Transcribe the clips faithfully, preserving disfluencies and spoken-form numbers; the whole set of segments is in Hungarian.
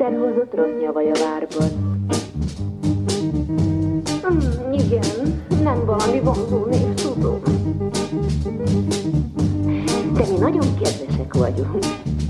herhozott rossz nyavaja várban. Mm, igen, nem valami vonzó név, tudom. De mi nagyon kedvesek vagyunk.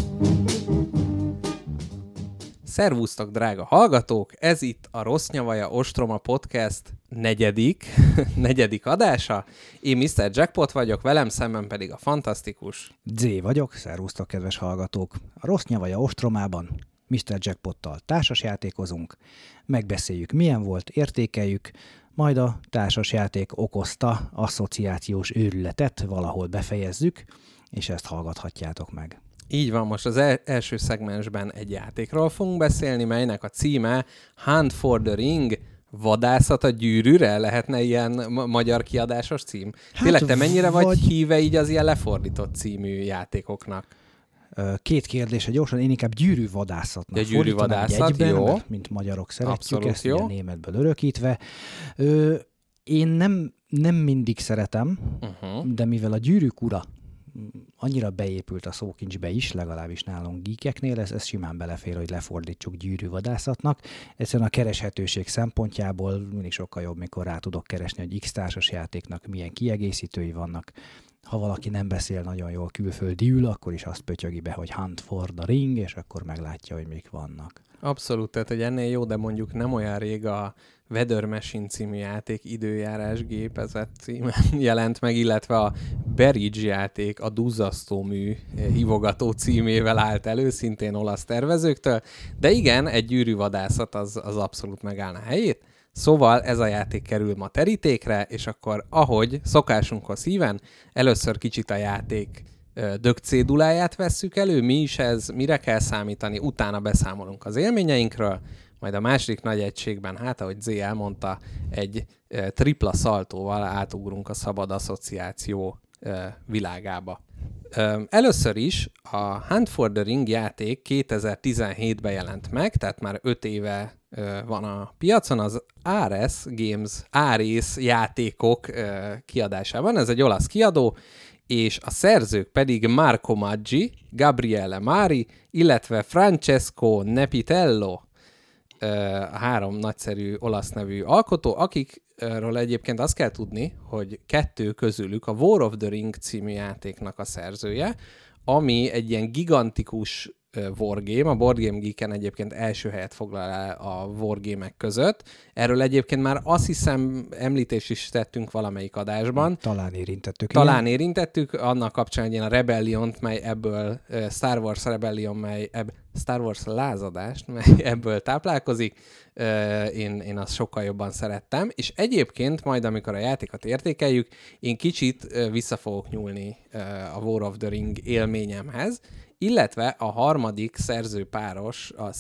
Szervusztok, drága hallgatók! Ez itt a Rossz Nyavaja Ostroma Podcast negyedik, negyedik adása. Én miszter Jackpot vagyok, velem szemben pedig a fantasztikus Zé vagyok, szervusztok, kedves hallgatók! A Rossz Nyavaja Ostromában miszter Jackpottal társasjátékozunk, megbeszéljük, milyen volt, értékeljük, majd a társasjáték okozta asszociációs őrületet valahol befejezzük, és ezt hallgathatjátok meg. Így van, most az el- első szegmensben egy játékról fogunk beszélni, melynek a címe Hunt for the Ring, Vadászat a gyűrűre? Lehetne ilyen ma- magyar kiadásos cím? Hát Tényleg te mennyire vagy... vagy híve így az ilyen lefordított című játékoknak? Két kérdése gyorsan, én inkább gyűrűvadászatnak ja, gyűrűvadászat, egyben, jó. Mert, mint magyarok szeretjük Abszolút ezt, jó. ugye németből örökítve. Ö, én nem, nem mindig szeretem, uh-huh. de mivel a Gyűrűk ura annyira beépült a szókincsbe is, legalábbis nálunk geekeknél, ez, ez simán belefér, hogy lefordítsuk gyűrűvadászatnak. Egyszerűen a kereshetőség szempontjából mindig sokkal jobb, mikor rá tudok keresni, hogy X társas játéknak milyen kiegészítői vannak. Ha valaki nem beszél nagyon jól külföldiül, akkor is azt pötyögi be, hogy Hunt for the Ring, és akkor meglátja, hogy mik vannak. Abszolút, tehát hogy ennél jó, de mondjuk nem olyan rég a Weather Machine című játék időjárás gépezet címen jelent meg, illetve a Berridge játék a duzzasztómű hívogató címével állt elő, szintén olasz tervezőktől, de igen, egy gyűrűvadászat az, az abszolút megállna helyét. Szóval ez a játék kerül ma terítékre, és akkor ahogy szokásunkhoz híven, először kicsit a játék dögcéduláját vesszük elő, mi is ez, mire kell számítani, utána beszámolunk az élményeinkről, majd a második nagy egységben, hát ahogy Zé elmondta, egy e, tripla szaltóval átugrunk a szabad asszociáció e, világába. E, először is a Hunt for the Ring játék kétezer-tizenhétben jelent meg, tehát már öt éve e, van a piacon, az Ares Games, Ares játékok e, kiadásában. Ez egy olasz kiadó, és a szerzők pedig Marco Maggi, Gabriele Mari, illetve Francesco Nepitello, a három nagyszerű olasz nevű alkotó, akikről egyébként azt kell tudni, hogy kettő közülük a War of the Ring című játéknak a szerzője, ami egy ilyen gigantikus wargame, a Board Game Geeken egyébként első helyet foglal el a wargame-ek között. Erről egyébként már azt hiszem említést is tettünk valamelyik adásban. Talán érintettük. Talán igen. érintettük, annak kapcsán egy ilyen a Rebellion-t, mely ebből uh, Star Wars Rebellion, mely ebb, Star Wars lázadást, mely ebből táplálkozik. Uh, én, én azt sokkal jobban szerettem, és egyébként majd, amikor a játékot értékeljük, én kicsit uh, vissza fogok nyúlni uh, a War of the Ring élményemhez, illetve a harmadik szerzőpáros, a,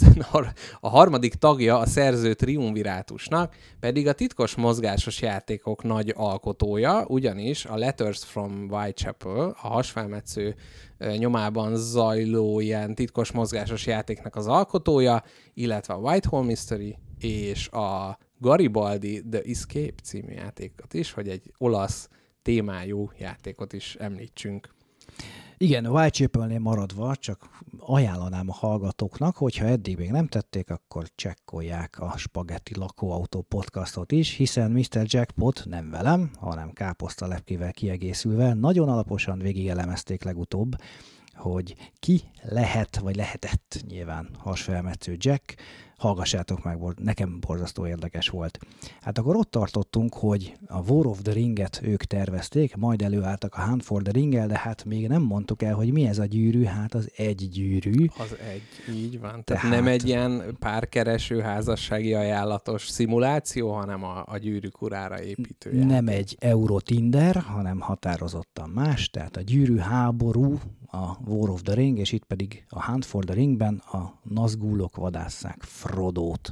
a harmadik tagja a szerző triumvirátusnak pedig a titkos mozgásos játékok nagy alkotója, ugyanis a Letters from Whitechapel, a hasfelmetsző nyomában zajló ilyen titkos mozgásos játéknak az alkotója, illetve a Whitehall Mystery és a Garibaldi The Escape című játékot is, hogy egy olasz témájú játékot is említsünk. Igen, a Whitechapelnél maradva csak ajánlanám a hallgatóknak, hogyha eddig még nem tették, akkor csekkolják a Spagetti Lakóautó podcastot is, hiszen miszter Jackpot nem velem, hanem káposzta lepkével kiegészülve nagyon alaposan végigelemezték legutóbb, hogy ki lehet, vagy lehetett nyilván hasfelmetsző Jack. Hallgassátok meg, nekem borzasztó érdekes volt. Hát akkor ott tartottunk, hogy a War of the Ringet ők tervezték, majd előálltak a Hunt for the Ringgel, de hát még nem mondtuk el, hogy mi ez a gyűrű, hát az egy gyűrű. Az egy, így van. Tehát Tehát nem egy ilyen párkereső házassági ajánlatos szimuláció, hanem a, a gyűrűk urára építő játék. Nem egy Euro-Tinder, hanem határozottan más, tehát a gyűrű háború, a War of the Ring, és itt pedig a Hunt for the Ringben a Nazgûlok vadásszák Frodót.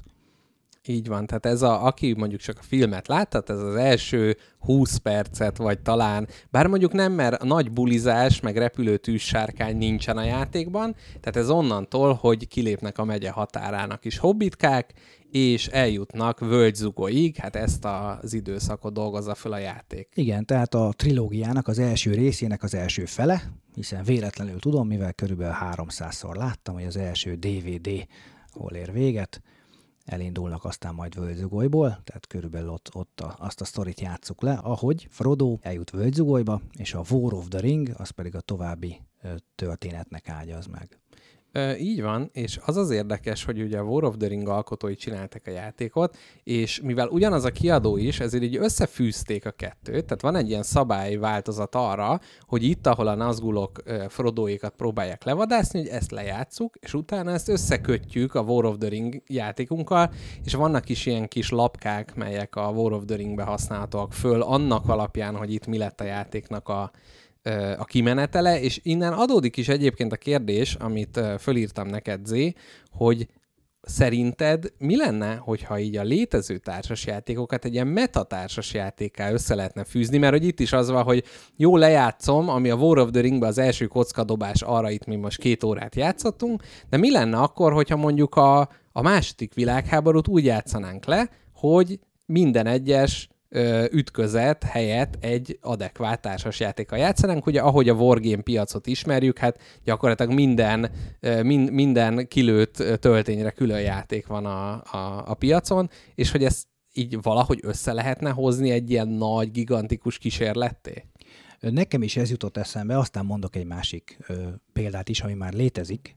Így van, tehát ez a, aki mondjuk csak a filmet látta, ez az első húsz percet, vagy talán, bár mondjuk nem, mert nagy bulizás, meg repülő tűzsárkány nincsen a játékban, tehát ez onnantól, hogy kilépnek a megye határának is hobbitkák, és eljutnak völgyzugóig, hát ezt az időszakot dolgozza fel a játék. Igen, tehát a trilógiának az első részének az első fele, hiszen véletlenül tudom, mivel körülbelül háromszázszor láttam, hogy az első dé vé dé hol ér véget. Elindulnak aztán majd Völgyzugolyból, tehát körülbelül ott, ott a, azt a sztorit játsszuk le, ahogy Frodo eljut Völgyzugolyba, és a War of the Ring, az pedig a további ö, történetnek ágyaz meg. Ö, így van, és az az érdekes, hogy ugye a War of the Ring alkotói csináltak a játékot, és mivel ugyanaz a kiadó is, ezért így összefűzték a kettőt, tehát van egy ilyen szabályváltozat arra, hogy itt, ahol a Nazgulok Frodoékat próbálják levadászni, hogy ezt lejátszuk, és utána ezt összekötjük a War of the Ring játékunkkal, és vannak is ilyen kis lapkák, melyek a War of the Ringbe használhatóak föl, annak alapján, hogy itt mi lett a játéknak a a kimenetele, és innen adódik is egyébként a kérdés, amit fölírtam neked, Zé, hogy szerinted mi lenne, hogyha így a létező társasjátékokat egy ilyen metatársasjátékká össze lehetne fűzni, mert hogy itt is az van, hogy jó, lejátszom, ami a War of the Ringben az első kockadobás, arra itt mi most két órát játszottunk, de mi lenne akkor, hogyha mondjuk a, a második világháborút úgy játszanánk le, hogy minden egyes ütközet helyett egy adekvát társasjátékkal játszanánk. Ugye ahogy a Wargame piacot ismerjük, hát gyakorlatilag minden, mind, minden kilőtt töltényre külön játék van a, a, a piacon, és hogy ezt így valahogy össze lehetne hozni egy ilyen nagy, gigantikus kísérletté? Nekem is ez jutott eszembe, aztán mondok egy másik ö, példát is, ami már létezik,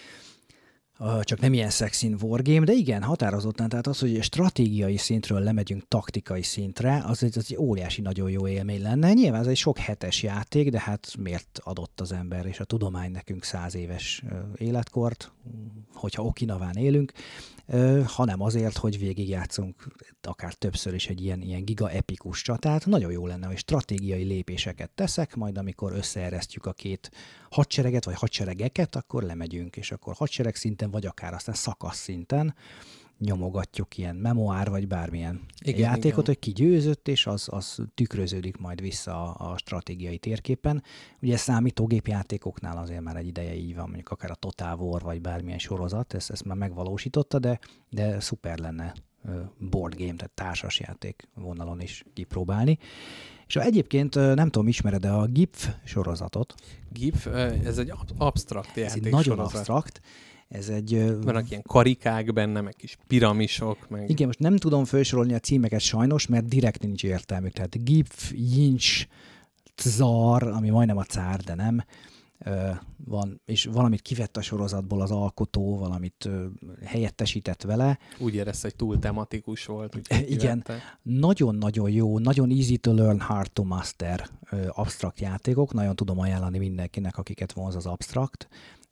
csak nem ilyen szexin wargame, de igen, határozottan, tehát az, hogy stratégiai szintről lemegyünk taktikai szintre, az egy, az egy óriási, nagyon jó élmény lenne. Nyilván ez egy sok hetes játék, de hát miért adott az ember és a tudomány nekünk száz éves életkort, hogyha Okinawán élünk, hanem azért, hogy végigjátszunk akár többször is egy ilyen, ilyen giga-epikus csatát. Nagyon jó lenne, hogy stratégiai lépéseket teszek, majd amikor összeeresztjük a két hadsereget, vagy hadseregeket, akkor lemegyünk, és akkor hadsereg szinten, vagy akár aztán szakasz szinten nyomogatjuk ilyen memoár, vagy bármilyen igen, játékot, igen. Hogy ki győzött, és az, az tükröződik majd vissza a, a stratégiai térképen. Ugye számítógépjátékoknál azért már egy ideje így van, mondjuk akár a Total War, vagy bármilyen sorozat, ezt, ezt már megvalósította, de, de szuper lenne board game, tehát társasjáték vonalon is kipróbálni. És egyébként nem tudom, ismered-e a gé i ef sorozatot? gé i ef, ez egy absztrakt játék ez egy nagyon sorozat. absztrakt. Ez egy... Vannak ilyen karikák benne, meg kis piramisok. Meg... Igen, most nem tudom felsorolni a címeket sajnos, mert direkt nincs értelmük. Tehát gé i ef, Jincs, Czar, ami majdnem a cár, de nem. Van, és valamit kivett a sorozatból az alkotó, valamit helyettesített vele. Úgy érezte, hogy túl tematikus volt. Igen, nagyon-nagyon jó, nagyon easy to learn, hard to master absztrakt játékok. Nagyon tudom ajánlani mindenkinek, akiket vonz az absztrakt.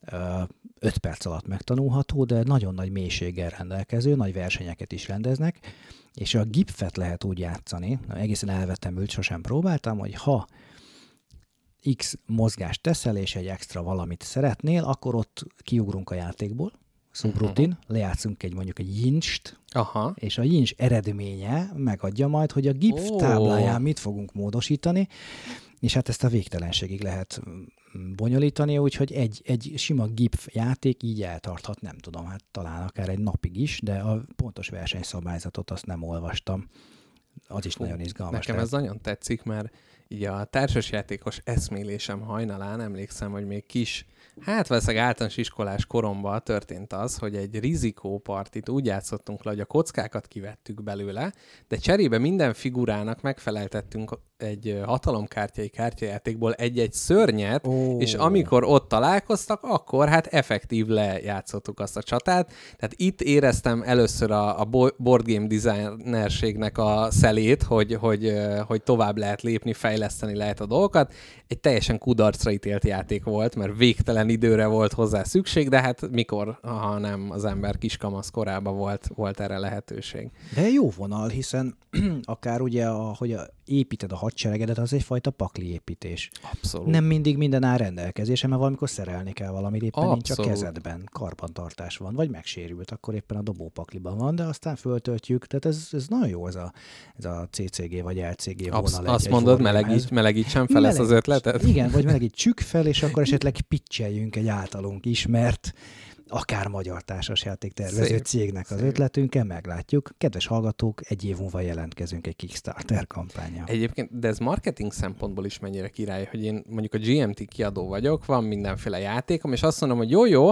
öt perc alatt megtanulható, de nagyon nagy mélységgel rendelkező, nagy versenyeket is rendeznek, és a gé i ef-et lehet úgy játszani, egészen elvetemült, sosem próbáltam, hogy ha X mozgást teszel, és egy extra valamit szeretnél, akkor ott kiugrunk a játékból, szubrutin, uh-huh. lejátszunk egy mondjuk egy Jincst, Aha. és a Jincs eredménye megadja majd, hogy a gé i ef oh. tábláján mit fogunk módosítani, és hát ezt a végtelenségig lehet bonyolítani, úgyhogy egy, egy sima gé i ef játék így eltarthat, nem tudom, hát talán akár egy napig is, de a pontos versenyszabályzatot azt nem olvastam. Az is Fú, nagyon izgalmas. Nekem tehát. Ez nagyon tetszik, mert így a társasjátékos eszmélésem hajnalán emlékszem, hogy még kis, hát valószínűleg általános iskolás koromban történt az, hogy egy rizikópartit úgy játszottunk le, hogy a kockákat kivettük belőle, de cserébe minden figurának megfeleltettünk egy hatalomkártyai kártyajátékból egy-egy szörnyet, oh. és amikor ott találkoztak, akkor hát effektív lejátszottuk azt a csatát. Tehát itt éreztem először a, a board game designerségnek a szelét, hogy, hogy, hogy tovább lehet lépni, fejleszteni lehet a dolgokat. Egy teljesen kudarcra ítélt játék volt, mert végtelen időre volt hozzá szükség, de hát mikor, ha nem az ember kiskamasz korában volt, volt erre lehetőség. De jó vonal, hiszen akár ugye, ahogy építed a hadseregedet, az egyfajta pakli építés. Abszolút. Nem mindig minden áll rendelkezésre, mert valamikor szerelni kell valamit, éppen Abszolút. Nincs a kezedben, karbantartás van, vagy megsérült, akkor éppen a dobópakliban van, de aztán föltöltjük, tehát ez, ez nagyon jó ez a, ez a cé cé gé vagy el cé gé Absz- vonal. Azt egy, mondod, melegíts, melegítsem fel Meleg... ezt az ötletet? Igen, vagy melegítsük fel, és akkor esetleg pitcheljünk egy általunk ismert akár magyar társasjáték tervező szép, cégnek szép. Az ötletünkkel, meglátjuk. Kedves hallgatók, egy év múlva jelentkezünk egy Kickstarter kampányra. Egyébként, de ez marketing szempontból is mennyire király, hogy én mondjuk a gé em té kiadó vagyok, van mindenféle játékom, és azt mondom, hogy jó-jó,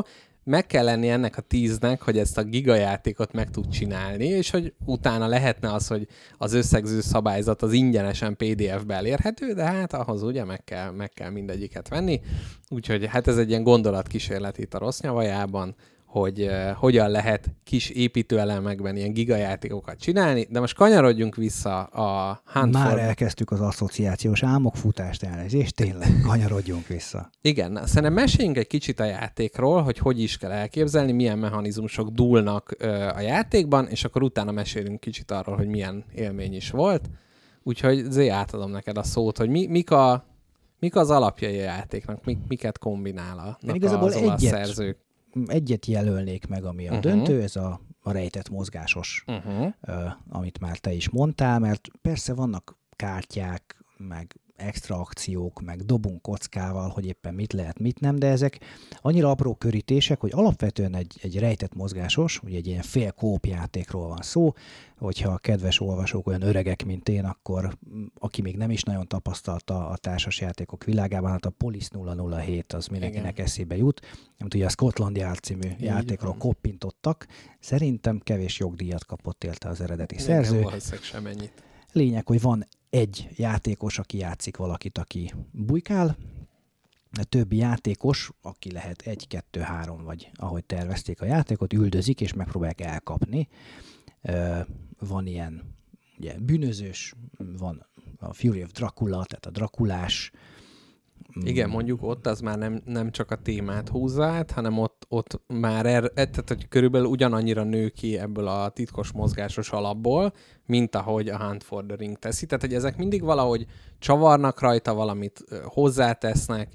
meg kell lenni ennek a tíznek, hogy ezt a gigajátékot meg tud csinálni, és hogy utána lehetne az, hogy az összegző szabályzat az ingyenesen pé dé ef-be elérhető, de hát ahhoz ugye meg kell, meg kell mindegyiket venni. Úgyhogy hát ez egy ilyen gondolatkísérlet itt a rossz nyavajában, hogy uh, hogyan lehet kis építőelemekben ilyen gigajátékokat csinálni, de most kanyarodjunk vissza a Hunt Már for... elkezdtük az asszociációs álmokfutást, elnézést, tényleg, kanyarodjunk vissza. Igen, na, szerintem meséljünk egy kicsit a játékról, hogy hogy is kell elképzelni, milyen mechanizmusok dúlnak uh, a játékban, és akkor utána mesélünk kicsit arról, hogy milyen élmény is volt. Úgyhogy Zé, átadom neked a szót, hogy mi, mik, a, mik az alapjai a játéknak, mik, miket kombinálnak igazából az olasz szerzők. Egyet jelölnék meg, ami a uh-huh. döntő, ez a, a rejtett mozgásos, uh-huh. uh, amit már te is mondtál, mert persze vannak kártyák, meg extra akciók, meg dobunk kockával, hogy éppen mit lehet, mit nem, de ezek annyira apró körítések, hogy alapvetően egy, egy rejtett mozgásos, ugye egy ilyen fél kóp játékról van szó, hogyha a kedves olvasók olyan öregek, mint én, akkor aki még nem is nagyon tapasztalta a társasjátékok világában, hát a Police nulla nulla hét az mindenkinek Igen. eszébe jut, amit ugye a Scotland Yard című Így játékról van. koppintottak. Szerintem kevés jogdíjat kapott érte az eredeti Igen, szerző. Valószínűleg sem ennyit. Lényeg, hogy van egy játékos, aki játszik valakit, aki bujkál, a többi játékos, aki lehet egy, kettő, három, vagy ahogy tervezték a játékot, üldözik és megpróbálják elkapni. Van ilyen ugye, bűnözős, van a Fury of Dracula, tehát a Drakulás. Igen, mondjuk ott az már nem, nem csak a témát húzza át, hanem ott, ott már er, tehát, hogy körülbelül ugyanannyira nő ki ebből a titkos mozgásos alapból, mint ahogy a Hunt for the Ring teszi. Tehát, hogy ezek mindig valahogy csavarnak rajta, valamit hozzátesznek,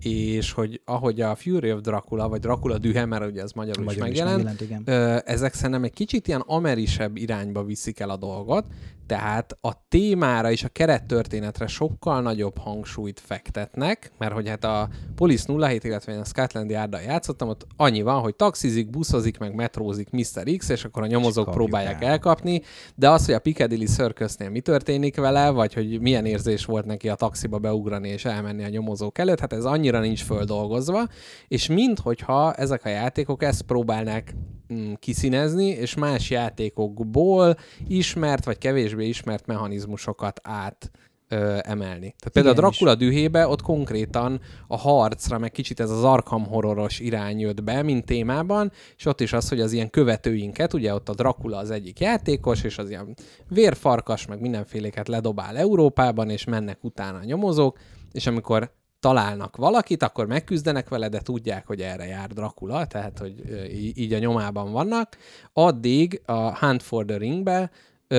és hogy ahogy a Fury of Dracula, vagy Dracula dühe, mert ugye ez magyarul is megjelent, is megjelent ezek szerintem egy kicsit ilyen amerisebb irányba viszik el a dolgot, tehát a témára és a kerettörténetre sokkal nagyobb hangsúlyt fektetnek, mert hogy hát a Police nulla hét, illetve én a Scotland Yarddal játszottam, ott annyi van, hogy taxizik, buszozik, meg metrózik miszter X, és akkor a nyomozók próbálják el. elkapni, de az, hogy a Piccadilly Circusnél mi történik vele, vagy hogy milyen érzés volt neki a taxiba beugrani és elmenni a nyomozók előtt, hát ez annyira nincs földolgozva, és minthogyha ezek a játékok ezt próbálnák mm, kiszínezni, és más játékokból ismert, vagy kevésbé ismert mechanizmusokat át ö, emelni. Tehát például Igen, a Dracula dühébe ott konkrétan a harcra, meg kicsit ez az Arkham horroros irány jött be, mint témában, és ott is az, hogy az ilyen követőinket, ugye ott a Dracula az egyik játékos, és az ilyen vérfarkas, meg mindenféléket ledobál Európában, és mennek utána a nyomozók, és amikor találnak valakit, akkor megküzdenek vele, de tudják, hogy erre jár Dracula, tehát, hogy így a nyomában vannak. Addig a Hunt for the Ringbe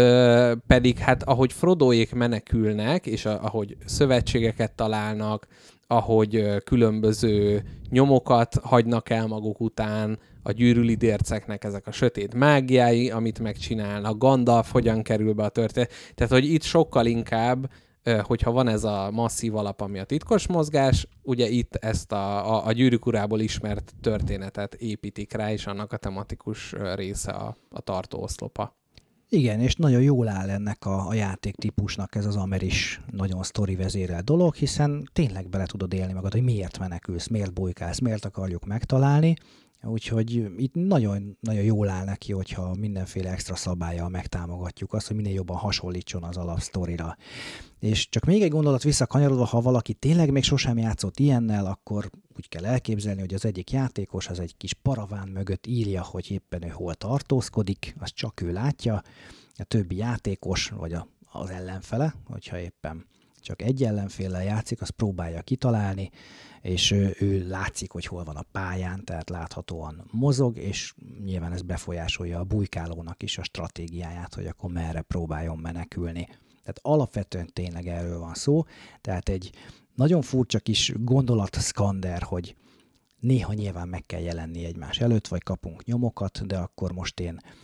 Ö, pedig hát ahogy Frodoék menekülnek, és a, ahogy szövetségeket találnak, ahogy ö, különböző nyomokat hagynak el maguk után, a gyűrűlidérceknek ezek a sötét mágiái, amit megcsinálnak, Gandalf hogyan kerül be a történet. Tehát, hogy itt sokkal inkább, ö, hogyha van ez a masszív alap, ami a titkos mozgás, ugye itt ezt a, a, a Gyűrűk urából ismert történetet építik rá, és annak a tematikus része a, a tartóoszlopa. Igen, és nagyon jól áll ennek a, a játéktípusnak ez az ameris, nagyon sztori vezérel dolog, hiszen tényleg bele tudod élni magad, hogy miért menekülsz, miért bujkálsz, miért akarjuk megtalálni, úgyhogy itt nagyon, nagyon jól áll neki, hogyha mindenféle extra szabállyal megtámogatjuk azt, hogy minél jobban hasonlítson az alapsztorira. És csak még egy gondolat visszakanyarodva, ha valaki tényleg még sosem játszott ilyennel, akkor úgy kell elképzelni, hogy az egyik játékos az egy kis paraván mögött írja, hogy éppen ő hol tartózkodik, azt csak ő látja, a többi játékos, vagy a, az ellenfele, hogyha éppen csak egy ellenféllel játszik, azt próbálja kitalálni, és ő, ő látszik, hogy hol van a pályán, tehát láthatóan mozog, és nyilván ez befolyásolja a bujkálónak is a stratégiáját, hogy akkor merre próbáljon menekülni. Tehát alapvetően tényleg erről van szó, tehát egy nagyon furcsa kis gondolatszkander, hogy néha nyilván meg kell jelenni egymás előtt, vagy kapunk nyomokat, de akkor most én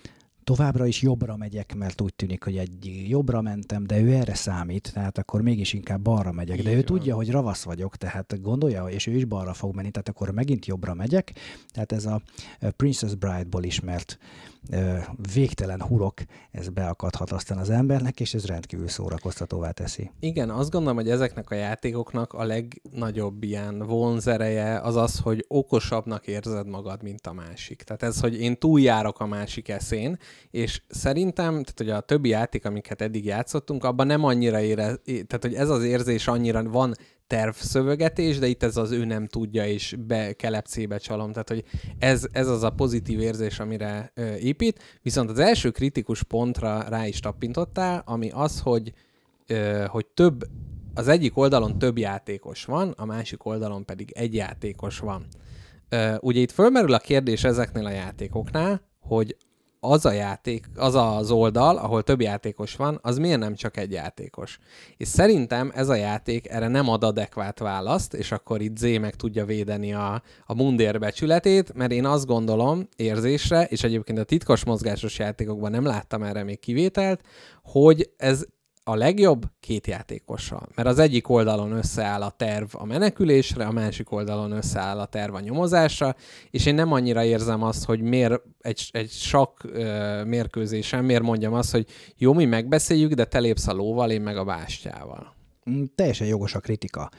továbbra is jobbra megyek, mert úgy tűnik, hogy egy jobbra mentem, de ő erre számít, tehát akkor mégis inkább balra megyek. De ő tudja, hogy ravasz vagyok, tehát gondolja, és ő is balra fog menni, tehát akkor megint jobbra megyek. Tehát ez a Princess Bride-ból ismert végtelen hurok, ez beakadhat aztán az embernek, és ez rendkívül szórakoztatóvá teszi. Igen, azt gondolom, hogy ezeknek a játékoknak a legnagyobb ilyen vonzereje az az, hogy okosabbnak érzed magad, mint a másik. Tehát ez, hogy én túljárok a másik eszén, és szerintem, tehát hogy a többi játék, amiket eddig játszottunk, abban nem annyira érez, tehát hogy ez az érzés annyira van tervszövegetés, de itt ez az ő nem tudja, és be kelepcébe csalom. Tehát, hogy ez, ez az a pozitív érzés, amire ö, épít. Viszont az első kritikus pontra rá is tappintottál, ami az, hogy, ö, hogy több, az egyik oldalon több játékos van, a másik oldalon pedig egy játékos van. Ö, ugye itt fölmerül a kérdés ezeknél a játékoknál, hogy az a játék, az az oldal, ahol több játékos van, az miért nem csak egy játékos? És szerintem ez a játék erre nem ad adekvát választ, és akkor itt Zé meg tudja védeni a, a mundér becsületét, mert én azt gondolom érzésre, és egyébként a titkos mozgásos játékokban nem láttam erre még kivételt, hogy ez a legjobb két játékossal. Mert az egyik oldalon összeáll a terv a menekülésre, a másik oldalon összeáll a terv a nyomozásra, és én nem annyira érzem azt, hogy miért egy, egy sakk uh, mérkőzésen, miért mondjam azt, hogy jó, mi megbeszéljük, de te lépsz a lóval, én meg a bástyával. Teljesen jogos a kritika.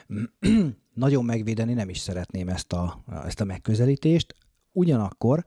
Nagyon megvédeni nem is szeretném ezt a, ezt a megközelítést. Ugyanakkor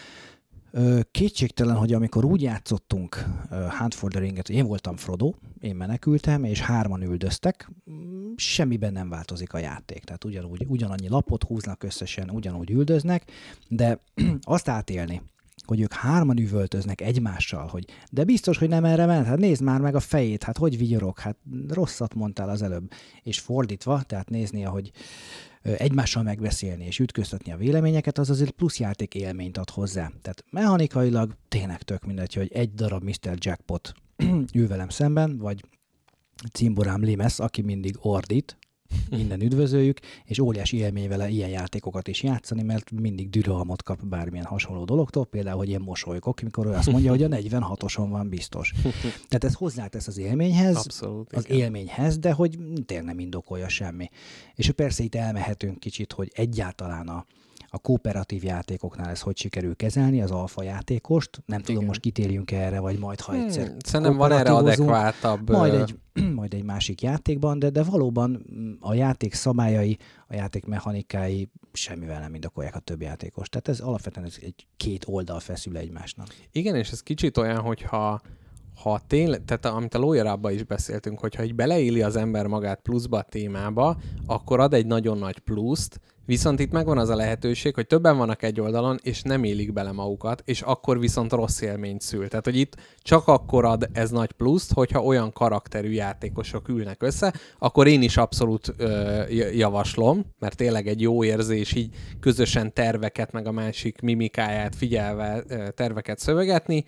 kétségtelen, hogy amikor úgy játszottunk Hunt for the Ringet, én voltam Frodo, én menekültem, és hárman üldöztek, semmiben nem változik a játék. Tehát ugyanúgy, ugyanannyi lapot húznak összesen, ugyanúgy üldöznek, de azt átélni, hogy ők hárman üvöltöznek egymással, hogy de biztos, hogy nem erre ment, hát nézd már meg a fejét, hát hogy vigyorog, hát rosszat mondtál az előbb. És fordítva, tehát nézni, ahogy egymással megbeszélni és ütköztetni a véleményeket, az azért plusz játék élményt ad hozzá. Tehát mechanikailag tényleg tök mindegy, hogy egy darab miszter Jackpot ül velem szemben, vagy cimborám Limes, aki mindig ordít, innen üdvözöljük, és óriási élmény vele ilyen játékokat is játszani, mert mindig düralmot kap bármilyen hasonló dologtól, például, hogy én mosolygok, amikor ő azt mondja, hogy a negyvenhatoson van biztos. Tehát ez hozzátesz az élményhez, Abszolút, az igen. élményhez, de hogy tényleg nem indokolja semmi. És persze itt elmehetünk kicsit, hogy egyáltalán a A kooperatív játékoknál ez hogy sikerül kezelni, az alfa játékost. Nem tudom, Igen. most kitérjünk erre, vagy majd, ha egyszer hmm, Szerintem van erre adekvátabb... Majd egy, majd egy másik játékban, de, de valóban a játék szabályai, a játék mechanikái semmivel nem indokolják a több játékos. Tehát ez alapvetően ez egy két oldal feszül egymásnak. Igen, és ez kicsit olyan, hogyha ha tényleg, tehát amit a Lawyer-abban is beszéltünk, hogyha így beleéli az ember magát pluszba a témába, akkor ad egy nagyon nagy pluszt, viszont itt megvan az a lehetőség, hogy többen vannak egy oldalon, és nem élik bele magukat, és akkor viszont rossz élményt szül. Tehát, hogy itt csak akkor ad ez nagy pluszt, hogyha olyan karakterű játékosok ülnek össze, akkor én is abszolút ö, javaslom, mert tényleg egy jó érzés így közösen terveket, meg a másik mimikáját figyelve ö, terveket szövegetni,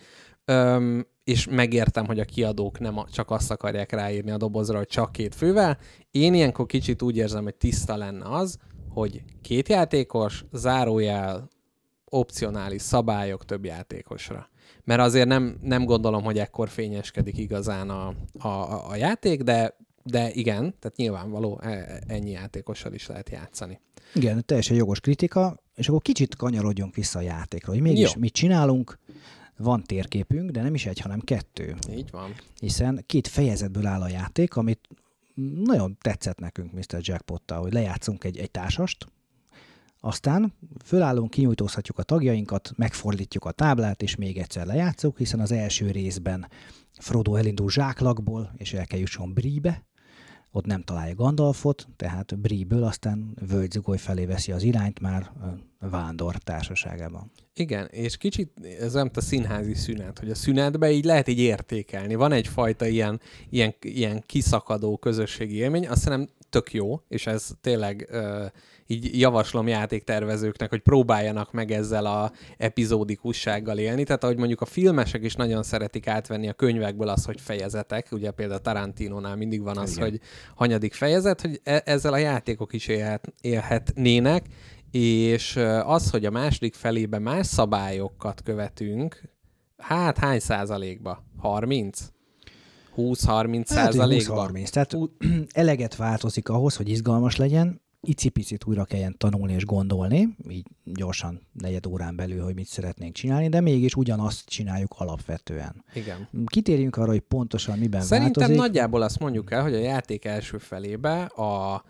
Öm, és megértem, hogy a kiadók nem csak azt akarják ráírni a dobozra, hogy csak két fővel. Én ilyenkor kicsit úgy érzem, hogy tiszta lenne az, hogy két játékos, zárójel, opcionális szabályok több játékosra. Mert azért nem, nem gondolom, hogy ekkor fényeskedik igazán a, a, a játék, de, de igen, tehát nyilvánvaló, ennyi játékossal is lehet játszani. Igen, teljesen jogos kritika, és akkor kicsit kanyarodjunk vissza a játékra, hogy mégis Jó. mit csinálunk. Van térképünk, de nem is egy, hanem kettő. Így van. Hiszen két fejezetből áll a játék, amit nagyon tetszett nekünk miszter Jackpottal, hogy lejátszunk egy, egy társast, aztán fölállunk, kinyújtózhatjuk a tagjainkat, megfordítjuk a táblát, és még egyszer lejátszunk, hiszen az első részben Frodo elindul zsáklakból, és el kell jusson Bree-be, ott nem találja Gandalfot, tehát Bree-ből aztán Völgyzugoly felé veszi az irányt már vándor társaságában. Igen, és kicsit ez nem a színházi szünet, hogy a szünetben így lehet így értékelni. Van egyfajta ilyen, ilyen, ilyen kiszakadó közösségi élmény, azt hiszem tök jó, és ez tényleg uh, így javaslom játéktervezőknek, hogy próbáljanak meg ezzel a epizódikussággal élni. Tehát ahogy mondjuk a filmesek is nagyon szeretik átvenni a könyvekből az, hogy fejezetek, ugye például Tarantinónál mindig van az, igen, hogy hanyadik fejezet, hogy e- ezzel a játékok is élhet, élhetnének, és az, hogy a második felében más szabályokat követünk, Hát hány százalékba? harminc? húsz-harminc Hát, százalékban? húsz-harminc. Tehát eleget változik ahhoz, hogy izgalmas legyen, icipicit újra kelljen tanulni és gondolni, így gyorsan negyed órán belül, hogy mit szeretnénk csinálni, de mégis ugyanazt csináljuk alapvetően. Igen. Kitérjünk arra, hogy pontosan miben Szerintem változik. nagyjából azt mondjuk el, hogy a játék első felébe a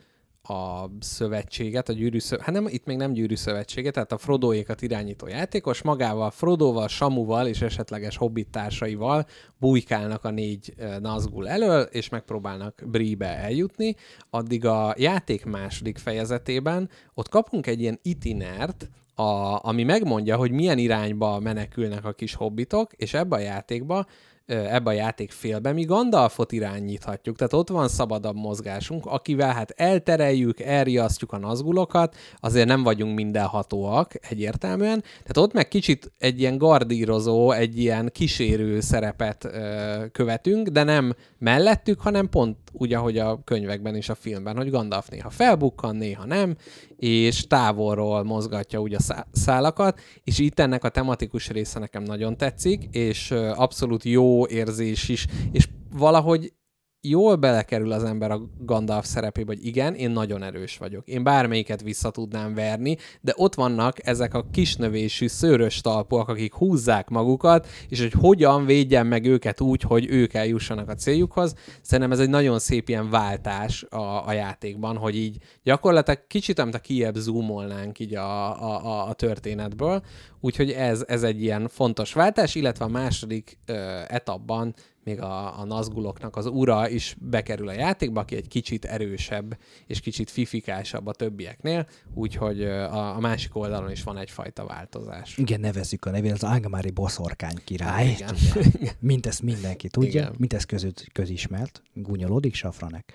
a szövetséget, a gyűrű szövetséget, hát nem, itt még nem gyűrű szövetséget, tehát a Frodoékat irányító játékos magával, Frodoval, Samuval és esetleges hobbit társaival bujkálnak a négy Nazgul elől, és megpróbálnak Bree-be eljutni. Addig a játék második fejezetében ott kapunk egy ilyen itinert, a, ami megmondja, hogy milyen irányba menekülnek a kis hobbitok, és ebbe a játékba ebbe a játék félbe mi Gandalfot irányíthatjuk. Tehát ott van szabadabb mozgásunk, akivel hát eltereljük, elriasztjuk a nazgulokat, azért nem vagyunk mindenhatóak egyértelműen. Tehát ott meg kicsit egy ilyen gardírozó, egy ilyen kísérő szerepet ö, követünk, de nem mellettük, hanem pont úgy, ahogy a könyvekben és a filmben, hogy Gandalf néha felbukkan, néha nem, és távolról mozgatja úgy a szálakat, és itt ennek a tematikus része nekem nagyon tetszik, és abszolút jó érzés is, és valahogy jól belekerül az ember a Gandalf szerepébe, hogy igen, én nagyon erős vagyok. Én bármelyiket vissza tudnám verni, de ott vannak ezek a kisnövésű, szőrös talpúak, akik húzzák magukat, és hogy hogyan védjem meg őket úgy, hogy ők eljussanak a céljukhoz. Szerintem ez egy nagyon szép ilyen váltás a, a játékban, hogy így gyakorlatilag kicsit, amit a kijebb zoomolnánk így a, a, a történetből, úgyhogy ez, ez egy ilyen fontos váltás, illetve a második ö, etapban még a, a nazguloknak az ura is bekerül a játékba, aki egy kicsit erősebb és kicsit fifikásabb a többieknél, úgyhogy a, a másik oldalon is van egyfajta változás. Igen, nevezzük a nevét, az Angmari boszorkány király. Igen. Mint ezt mindenki tudja, Igen. mint ez között közismert. Gúnyolódik Safranek.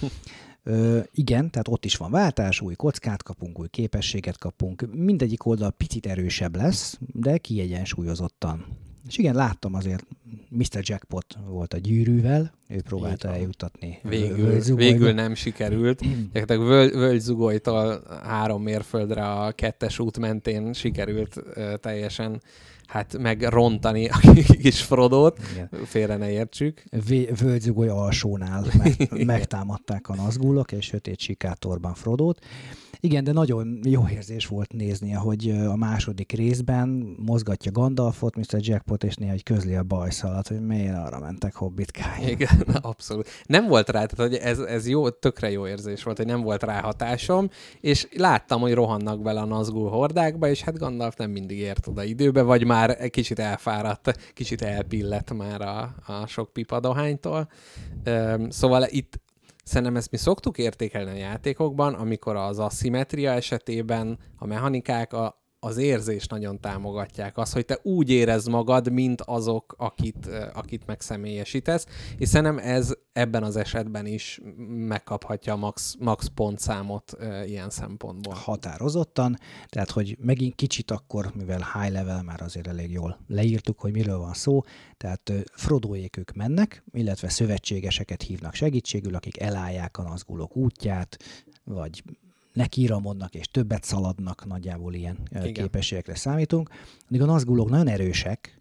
Ö, igen, tehát ott is van váltás, új kockát kapunk, új képességet kapunk. Mindegyik oldal picit erősebb lesz, de kiegyensúlyozottan. És igen, láttam azért, miszter Jackpot volt a gyűrűvel, ő próbálta eljutatni. Végül, végül nem sikerült. Völ, Völgyzugolytól három mérföldre a kettes út mentén sikerült uh, teljesen hát megrontani a kis Frodót, félre ne értsük. Völgyzugoly alsónál meg, megtámadták a nazgulok, és sötét sikátorban Frodót. Igen, de nagyon jó érzés volt nézni, hogy a második részben mozgatja Gandalfot, miszter Jackpot, és néha közli a bajszalat, hogy miért arra mentek hobbitkáig. Igen, abszolút. Nem volt rá, tehát hogy ez, ez jó, tökre jó érzés volt, hogy nem volt rá hatásom, és láttam, hogy rohannak bele a Nazgul hordákba, és hát Gandalf nem mindig ért oda időbe, vagy már kicsit elfáradt, kicsit elpillett már a, a sok pipadohánytól. Szóval itt szerintem ezt mi szoktuk értékelni a játékokban, amikor az aszimmetria esetében a mechanikák a, az érzést nagyon támogatják. Az, hogy te úgy érezd magad, mint azok, akit, akit megszemélyesítesz, és szerintem ez ebben az esetben is megkaphatja a max, max pontszámot e, ilyen szempontból. Határozottan, tehát hogy megint kicsit akkor, mivel high level már azért elég jól leírtuk, hogy miről van szó, tehát Frodoék ők mennek, illetve szövetségeseket hívnak segítségül, akik elállják a nazgulok útját, vagy nekiramodnak és többet szaladnak, nagyjából ilyen Igen. képességekre számítunk. Addig a nazgulok nagyon erősek,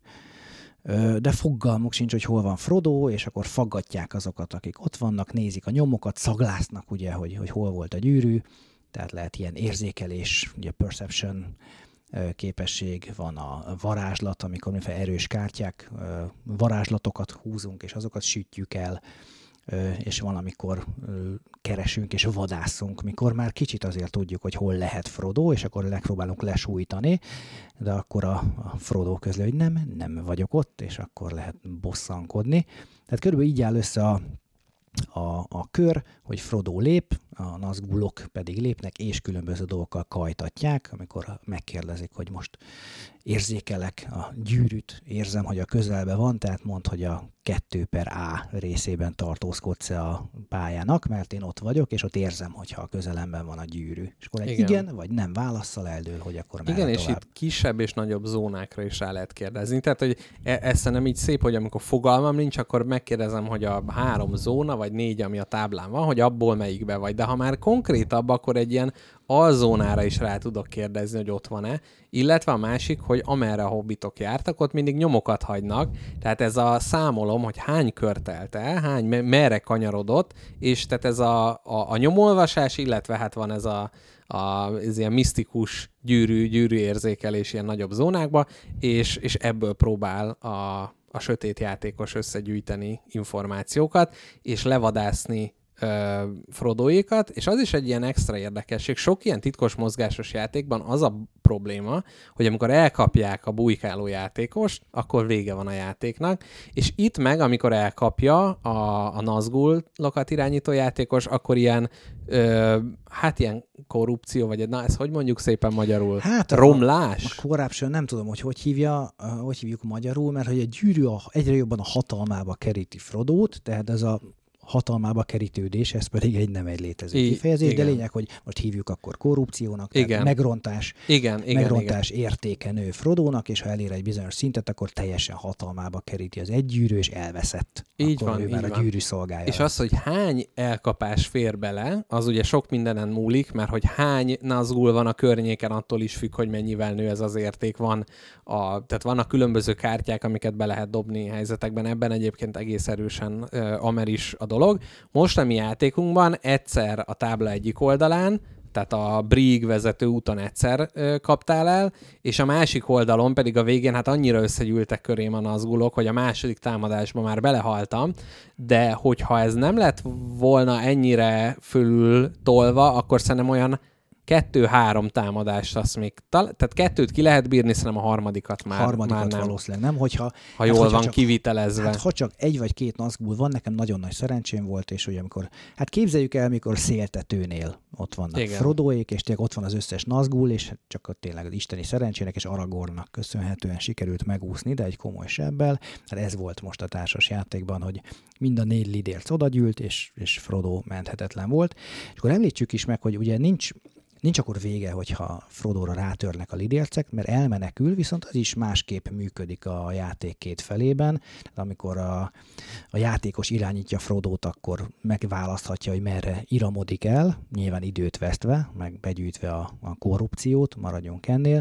de fogalmuk sincs, hogy hol van Frodo, és akkor faggatják azokat, akik ott vannak, nézik a nyomokat, szaglásznak, ugye, hogy, hogy hol volt a gyűrű, tehát lehet ilyen érzékelés, ugye perception képesség, van a varázslat, amikor mindenféle erős kártyák, varázslatokat húzunk, és azokat sütjük el, és van, amikor keresünk és vadászunk, mikor már kicsit azért tudjuk, hogy hol lehet Frodo, és akkor megpróbálunk lesújtani, de akkor a, a Frodo közli, hogy nem, nem vagyok ott, és akkor lehet bosszankodni. Tehát körülbelül így áll össze a, a, a kör, hogy Frodo lép, a nazgulok pedig lépnek, és különböző dolgokkal kajtatják, amikor megkérdezik, hogy most érzékelek a gyűrűt, érzem, hogy a közelben van, tehát mondd, hogy a kettő per A részében tartózkodsz a pályának, mert én ott vagyok, és ott érzem, hogyha a közelemben van a gyűrű. És akkor egy igen, igen vagy nem válasszal eldől, hogy akkor merre Igen, tovább. És itt kisebb és nagyobb zónákra is rá lehet kérdezni. Tehát, hogy e- ez nem így szép, hogy amikor fogalmam nincs, akkor megkérdezem, hogy a három zóna, vagy négy, ami a táblán van, hogy abból melyikbe vagy. De ha már konkrétabb, akkor egy ilyen alzónára is rá tudok kérdezni, hogy ott van-e, illetve a másik, hogy amerre a hobbitok jártak, ott mindig nyomokat hagynak, tehát ez a számolom, hogy hány kört telt el, hány, merre kanyarodott, és tehát ez a, a, a nyomolvasás, illetve hát van ez a A, ez ilyen misztikus gyűrű, gyűrű érzékelés ilyen nagyobb zónákba, és, és ebből próbál a, a sötét játékos összegyűjteni információkat, és levadászni ö, Frodoékat, és az is egy ilyen extra érdekesség. Sok ilyen titkos mozgásos játékban az a probléma, hogy amikor elkapják a bujkáló játékost, akkor vége van a játéknak, és itt meg, amikor elkapja a, a Nazgul-lokat irányító játékos, akkor ilyen Ö, hát ilyen korrupció, vagy na, ezt hogy mondjuk szépen magyarul? Hát a, romlás? A corruption nem tudom, hogy hogy hívja, hogy hívjuk magyarul, mert hogy a gyűrű a, egyre jobban a hatalmába keríti Frodót, tehát ez a hatalmába kerítődés, ez pedig egy nem egy létező I, kifejezés, igen. De lényeg, hogy most hívjuk akkor korrupciónak, tehát megrontás, igen, igen, megrontás igen. értéke nő Frodónak, és ha elér egy bizonyos szintet, akkor teljesen hatalmába keríti az egy gyűrű, és elveszett. Így akkor van, ő így már van. a gyűrű szolgálja. És az, hogy hány elkapás fér bele, az ugye sok mindenen múlik, mert hogy hány Nazgul van a környéken, attól is függ, hogy mennyivel nő ez az érték. Van a, tehát vannak különböző kártyák, amiket be lehet dobni helyzetekben, ebben egyébként egész erősen uh, Ameris a dolog. Most a mi játékunkban egyszer a tábla egyik oldalán, tehát a Brieg vezető úton egyszer ö, kaptál el, és a másik oldalon pedig a végén hát annyira összegyűltek körém a Nazgulok, hogy a második támadásban már belehaltam, de hogyha ez nem lett volna ennyire fölül tolva, akkor szerintem olyan kettő-három támadást, azt még, tal- tehát kettőt ki lehet bírni, szerintem a harmadikat már, harmadikat már nem. valószínűleg nem, hogyha... Ha jól hát, van csak, kivitelezve. Hát ha csak egy vagy két Nazgul van, nekem nagyon nagy szerencsém volt, és ugye amikor, hát képzeljük el, mikor széltetőnél ott vannak Igen. Frodoék, és tényleg ott van az összes Nazgul, és csak ott tényleg az isteni szerencsének és Aragornnak köszönhetően sikerült megúszni, de egy komoly sebbel. Hát ez volt most a társas játékban, hogy mind a négy lidérc odagyűlt, és, és Frodo menthetetlen volt. És akkor említsük is meg, hogy ugye nincs Nincs akkor vége, hogyha Frodóra rátörnek a lidércek, mert elmenekül, viszont az is másképp működik a játék két felében. Amikor a, a játékos irányítja Frodót, akkor megválaszthatja, hogy merre iramodik el, nyilván időt vesztve, meg begyűjtve a, a korrupciót, maradjunk ennél.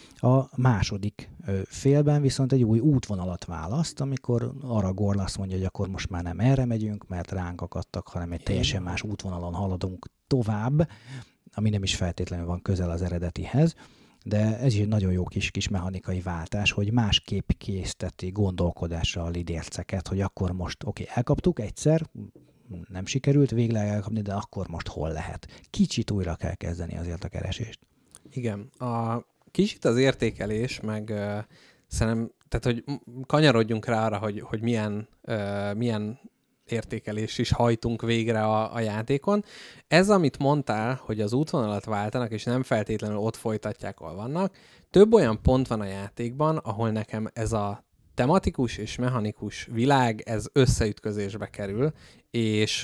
A második félben viszont egy új útvonalat választ, amikor Aragorn azt mondja, hogy akkor most már nem erre megyünk, mert ránk akadtak, hanem egy teljesen más útvonalon haladunk tovább, ami nem is feltétlenül van közel az eredetihez, de ez is egy nagyon jó kis, kis mechanikai váltás, hogy másképp készteti gondolkodásra a lidérceket, hogy akkor most, oké, okay, elkaptuk egyszer, nem sikerült végleg elkapni, de akkor most hol lehet. Kicsit újra kell kezdeni azért a keresést. Igen, a kicsit az értékelés, meg uh, szerintem, tehát hogy kanyarodjunk rá arra, hogy, hogy milyen, uh, milyen értékelés is hajtunk végre a, a játékon. Ez, amit mondtál, hogy az útvonalat váltanak, és nem feltétlenül ott folytatják, ahol vannak, több olyan pont van a játékban, ahol nekem ez a tematikus és mechanikus világ, ez összeütközésbe kerül, és,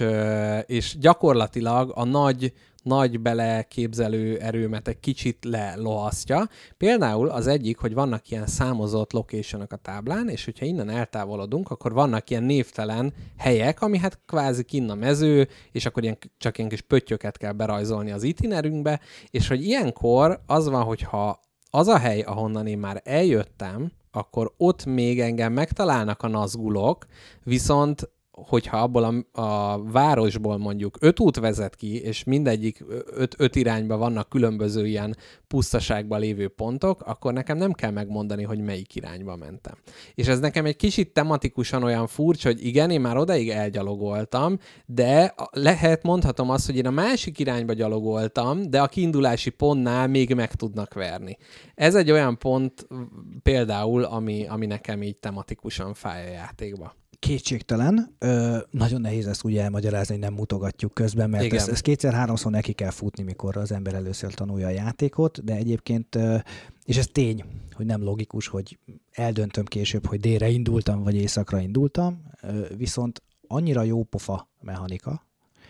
és gyakorlatilag a nagy, nagy beleképzelő erőmet egy kicsit lelohasztja. Például az egyik, hogy vannak ilyen számozott locationok a táblán, és hogyha innen eltávolodunk, akkor vannak ilyen névtelen helyek, ami hát kvázi kinn a mező, és akkor ilyen, csak ilyen kis pöttyöket kell berajzolni az itinerünkbe, és hogy ilyenkor az van, hogyha az a hely, ahonnan én már eljöttem, akkor ott még engem megtalálnak a Nazgulok, viszont hogyha abból a, a városból mondjuk öt út vezet ki, és mindegyik öt, öt irányba vannak különböző ilyen pusztaságban lévő pontok, akkor nekem nem kell megmondani, hogy melyik irányba mentem. És ez nekem egy kicsit tematikusan olyan furcsa, hogy igen, én már odaig elgyalogoltam, de lehet mondhatom azt, hogy én a másik irányba gyalogoltam, de a kiindulási pontnál még meg tudnak verni. Ez egy olyan pont például, ami, ami nekem így tematikusan fáj a játékba. Kétségtelen. Ö, nagyon nehéz ezt úgy elmagyarázni, hogy nem mutogatjuk közben, mert ezt, ezt kétszer-háromszor neki kell futni, mikor az ember először tanulja a játékot, de egyébként, és ez tény, hogy nem logikus, hogy eldöntöm később, hogy délre indultam, vagy északra indultam, viszont annyira jó pofa mechanika,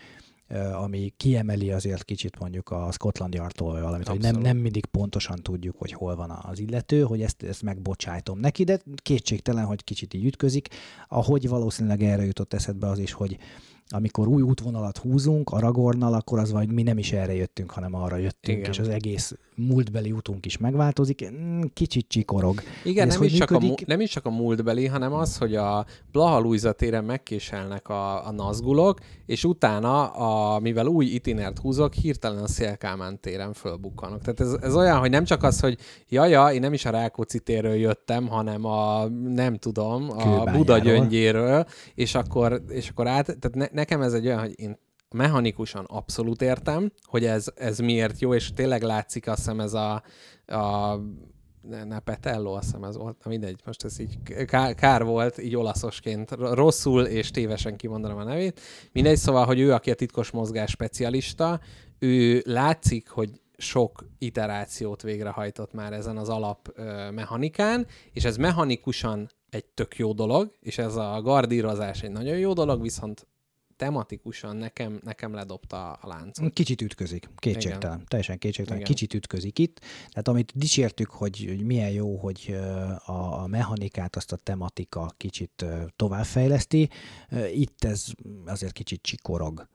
ami kiemeli azért kicsit mondjuk a Scotland Yardtól valamit, hogy nem, nem mindig pontosan tudjuk, hogy hol van az illető, hogy ezt, ezt megbocsájtom neki, de kétségtelen, hogy kicsit így ütközik. Ahogy valószínűleg erre jutott eszedbe az is, hogy amikor új útvonalat húzunk Aragornnal, akkor az vagy mi nem is erre jöttünk, hanem arra jöttünk, igen. És az egész múltbeli útunk is megváltozik. Kicsit csikorog. Igen, nem is, csak a, nem is csak a múltbeli, hanem az, hogy a Blaha Lujza téren megkéselnek a, a nazgulok, és utána, a, mivel új itinert húzok, hirtelen a Széll-Kálmán téren fölbukkanok. Tehát ez, ez olyan, hogy nem csak az, hogy jaja, én nem is a Rákóczi térről jöttem, hanem a, nem tudom, a Buda gyöngyéről, és akkor, és akkor át, tehát ne, nekem ez egy olyan, hogy én mechanikusan abszolút értem, hogy ez, ez miért jó, és tényleg látszik, azt hiszem ez a, a ne, ne Petello, azt hiszem ez volt, mindegy, most ez így kár, kár volt, így olaszosként rosszul és tévesen kimondanom a nevét. Mindegy, szóval, hogy ő, aki a titkos mozgás specialista, ő látszik, hogy sok iterációt végrehajtott már ezen az alap ö, mechanikán, és ez mechanikusan egy tök jó dolog, és ez a gardírozás egy nagyon jó dolog, viszont tematikusan nekem, nekem ledobta a láncot. Kicsit ütközik, kétségtelen. Igen. Teljesen kétségtelen. Igen. Kicsit ütközik itt. Tehát amit dicsértük, hogy, hogy milyen jó, hogy a, a mechanikát, azt a tematika kicsit továbbfejleszti, itt ez azért kicsit csikorog.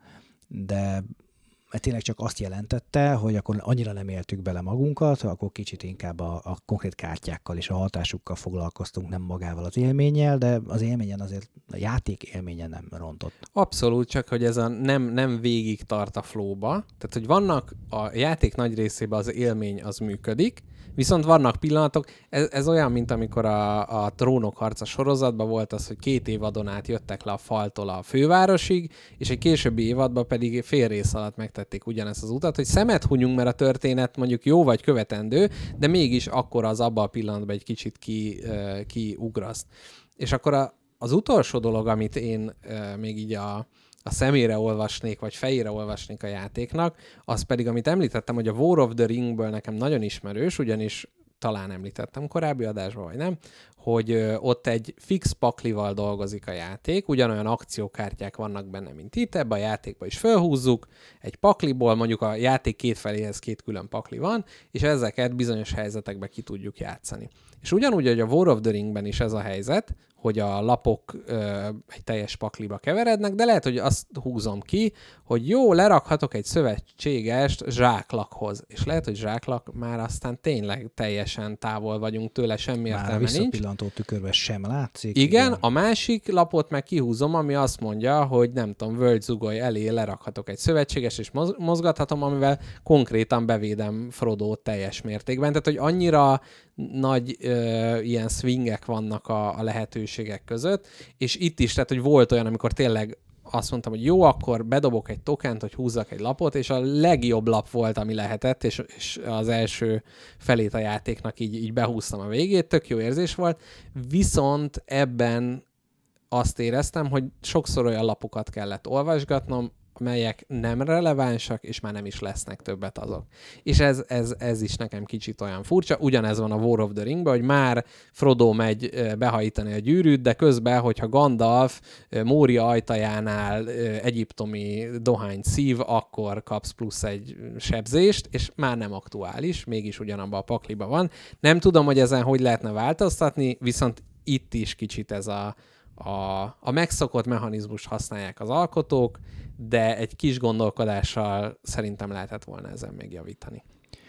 De tényleg csak azt jelentette, hogy akkor annyira nem éltük bele magunkat, akkor kicsit inkább a, a konkrét kártyákkal és a hatásukkal foglalkoztunk, nem magával az élménnyel, de az élményen azért, a játék élményen nem rontott. Abszolút, csak hogy ez a nem, nem végig tart a flowba. Tehát, hogy vannak a játék nagy részében az élmény az működik, viszont vannak pillanatok, ez, ez olyan, mint amikor a, a Trónok harca sorozatban volt az, hogy két évadon át jöttek le a faltól a fővárosig, és egy későbbi évadban pedig fél rész alatt megtették ugyanezt az utat, hogy szemet hunyunk, mert a történet mondjuk jó vagy követendő, de mégis akkor az abban a pillanatban egy kicsit ki, uh, kiugraszt. És akkor a, az utolsó dolog, amit én uh, még így a a szemére olvasnék, vagy fejére olvasnék a játéknak, az pedig, amit említettem, hogy a War of the Ringből nekem nagyon ismerős, ugyanis talán említettem korábbi adásban, vagy nem, hogy ö, ott egy fix paklival dolgozik a játék, ugyanolyan akciókártyák vannak benne, mint itt, ebbe a játékba is felhúzzuk, egy pakliból, mondjuk a játék két feléhez két külön pakli van, és ezeket bizonyos helyzetekbe ki tudjuk játszani. És ugyanúgy, hogy a War of the Ringben is ez a helyzet, hogy a lapok ö, egy teljes pakliba keverednek, de lehet, hogy azt húzom ki, hogy jó, lerakhatok egy szövetségest zsáklakhoz, és lehet, hogy zsáklak már aztán tényleg teljesen távol vagyunk tőle, semmi már értelme nincs. Már a visszapillantó tükörben sem látszik. Igen, igen, a másik lapot meg kihúzom, ami azt mondja, hogy nem tudom, völgyzugolj elé lerakhatok egy szövetségest, és mozgathatom, amivel konkrétan bevédem Frodót teljes mértékben. Tehát, hogy annyira nagy ö, ilyen swingek vannak a, a lehetőségek között, és itt is, tehát, hogy volt olyan, amikor tényleg azt mondtam, hogy jó, akkor bedobok egy tokent, hogy húzzak egy lapot, és a legjobb lap volt, ami lehetett, és, és az első felét a játéknak így, így behúztam a végét, tök jó érzés volt, viszont ebben azt éreztem, hogy sokszor olyan lapokat kellett olvasgatnom, melyek nem relevánsak, és már nem is lesznek többet azok. És ez, ez, ez is nekem kicsit olyan furcsa. Ugyanez van a War of the Ringben, hogy már Frodo megy behajítani a gyűrűt, de közben, hogyha Gandalf Mória ajtajánál egyiptomi dohányt szív, akkor kapsz plusz egy sebzést, és már nem aktuális, mégis ugyanabban a pakliba van. Nem tudom, hogy ezen hogy lehetne változtatni, viszont itt is kicsit ez a A, a megszokott mechanizmust használják az alkotók, de egy kis gondolkodással szerintem lehetett volna ezen még javítani.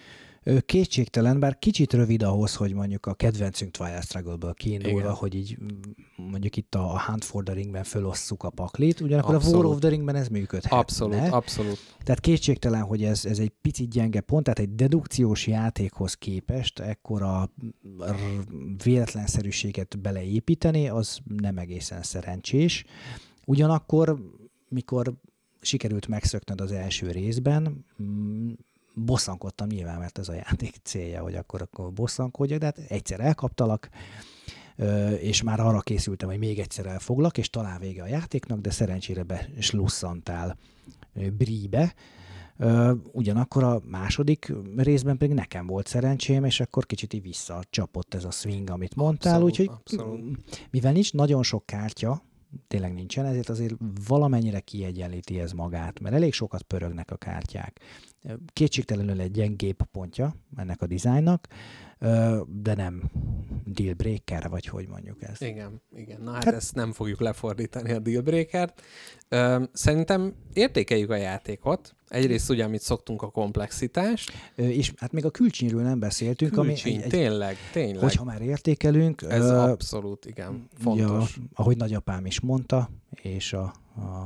Kétségtelen, bár kicsit rövid ahhoz, hogy mondjuk a kedvencünk Twilight Struggle-ből kiindulva, igen, hogy így mondjuk itt a Hunt for the Ringben fölosszuk a paklit, ugyanakkor abszolút. A War of the Ringben ez működhetne. Abszolút, abszolút. Tehát kétségtelen, hogy ez, ez egy picit gyenge pont, tehát egy dedukciós játékhoz képest ekkora véletlenszerűséget beleépíteni, az nem egészen szerencsés. Ugyanakkor, mikor sikerült megszöknöd az első részben, bosszankodtam nyilván, mert ez a játék célja, hogy akkor, akkor bosszankodjak, de hát egyszer elkaptalak, és már arra készültem, hogy még egyszer elfoglak, és talán vége a játéknak, de szerencsére beslusszantál Bree-be. Ugyanakkor a második részben pedig nekem volt szerencsém, és akkor kicsit így visszacsapott ez a swing, amit mondtál, abszolút, úgyhogy abszolút. Mivel nincs nagyon sok kártya, tényleg nincsen, ezért azért valamennyire kiegyenlíti ez magát, mert elég sokat pörögnek a kártyák. Kétségtelenül egy gyengébb pontja ennek a dizájnnak, de nem, deal breaker, vagy hogy mondjuk ezt. Igen, igen. Na hát, hát ezt nem fogjuk lefordítani a deal breakert. Ö, szerintem értékeljük a játékot. Egyrészt ugye, amit szoktunk, a komplexitást. Ö, és hát még a külcsínről nem beszéltünk. Külcsíny, ami egy, tényleg, tényleg. Hogyha már értékelünk. Ez ö, abszolút, igen, fontos. Ja, ahogy nagyapám is mondta, és a, a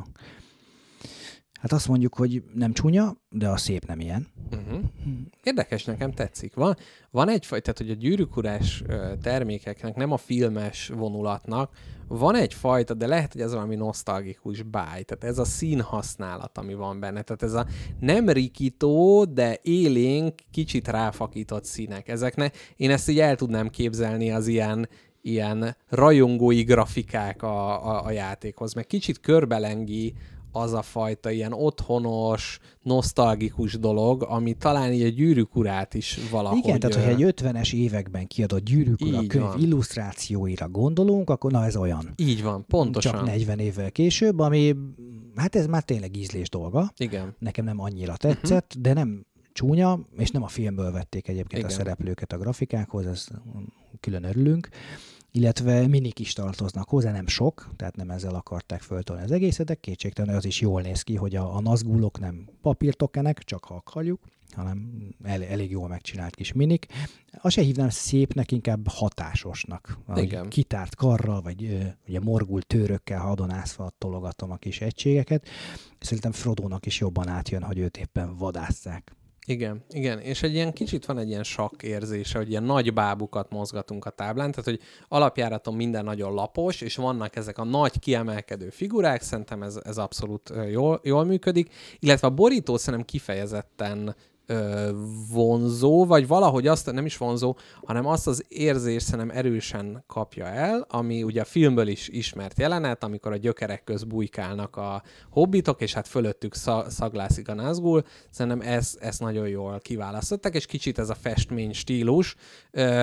hát azt mondjuk, hogy nem csúnya, de a szép nem ilyen. Uh-huh. Érdekes, nekem tetszik. Van, van egyfajta, tehát hogy a gyűrűk-urás termékeknek, nem a filmes vonulatnak, van egyfajta, de lehet, hogy ez valami nosztalgikus báj. Tehát ez a színhasználat, ami van benne. Tehát ez a nem rikító, de élénk, kicsit ráfakított színek. Ezeknek én ezt így el tudnám képzelni az ilyen ilyen rajongói grafikák a, a, a játékhoz, meg kicsit körbelengi az a fajta ilyen otthonos, nosztalgikus dolog, ami talán így a Gyűrűk urát is valahogy... Igen, tehát hogyha egy ötvenes években kiadott Gyűrűk ura könyv van. Illusztrációira gondolunk, akkor na ez olyan. Így van, pontosan. Csak negyven évvel később, ami hát ez már tényleg ízlés dolga. Igen. Nekem nem annyira tetszett, uh-huh. de nem csúnya, és nem a filmből vették egyébként Igen. a szereplőket a grafikákhoz, ez külön örülünk. Illetve minik is tartoznak hozzá, nem sok, tehát nem ezzel akarták föltolni az egészet, de kétségtelen az is jól néz ki, hogy a, a nazgulok nem papírtokenek, csak ha akarjuk, hanem el, elég jól megcsinált kis minik. Azt se hívnám szépnek, inkább hatásosnak. Igen. Kitárt karral, vagy ugye morgult tőrökkel hadonászva tologatom a kis egységeket. Szerintem Frodónak is jobban átjön, hogy őt éppen vadásszák. Igen, igen, és egy ilyen kicsit van egy ilyen sakk érzése, hogy ilyen nagy bábukat mozgatunk a táblán, tehát hogy alapjáraton minden nagyon lapos, és vannak ezek a nagy kiemelkedő figurák, szerintem ez, ez abszolút jól, jól működik, illetve a borító szerintem kifejezetten ö, vonzó, vagy valahogy azt, nem is vonzó, hanem azt az érzést szerintem erősen kapja el, ami ugye a filmből is ismert jelenet, amikor a gyökerek közt bujkálnak a hobbitok, és hát fölöttük szaglászik a Nazgul. Szerintem ezt, ezt nagyon jól kiválasztották, és kicsit ez a festmény stílus. Ö,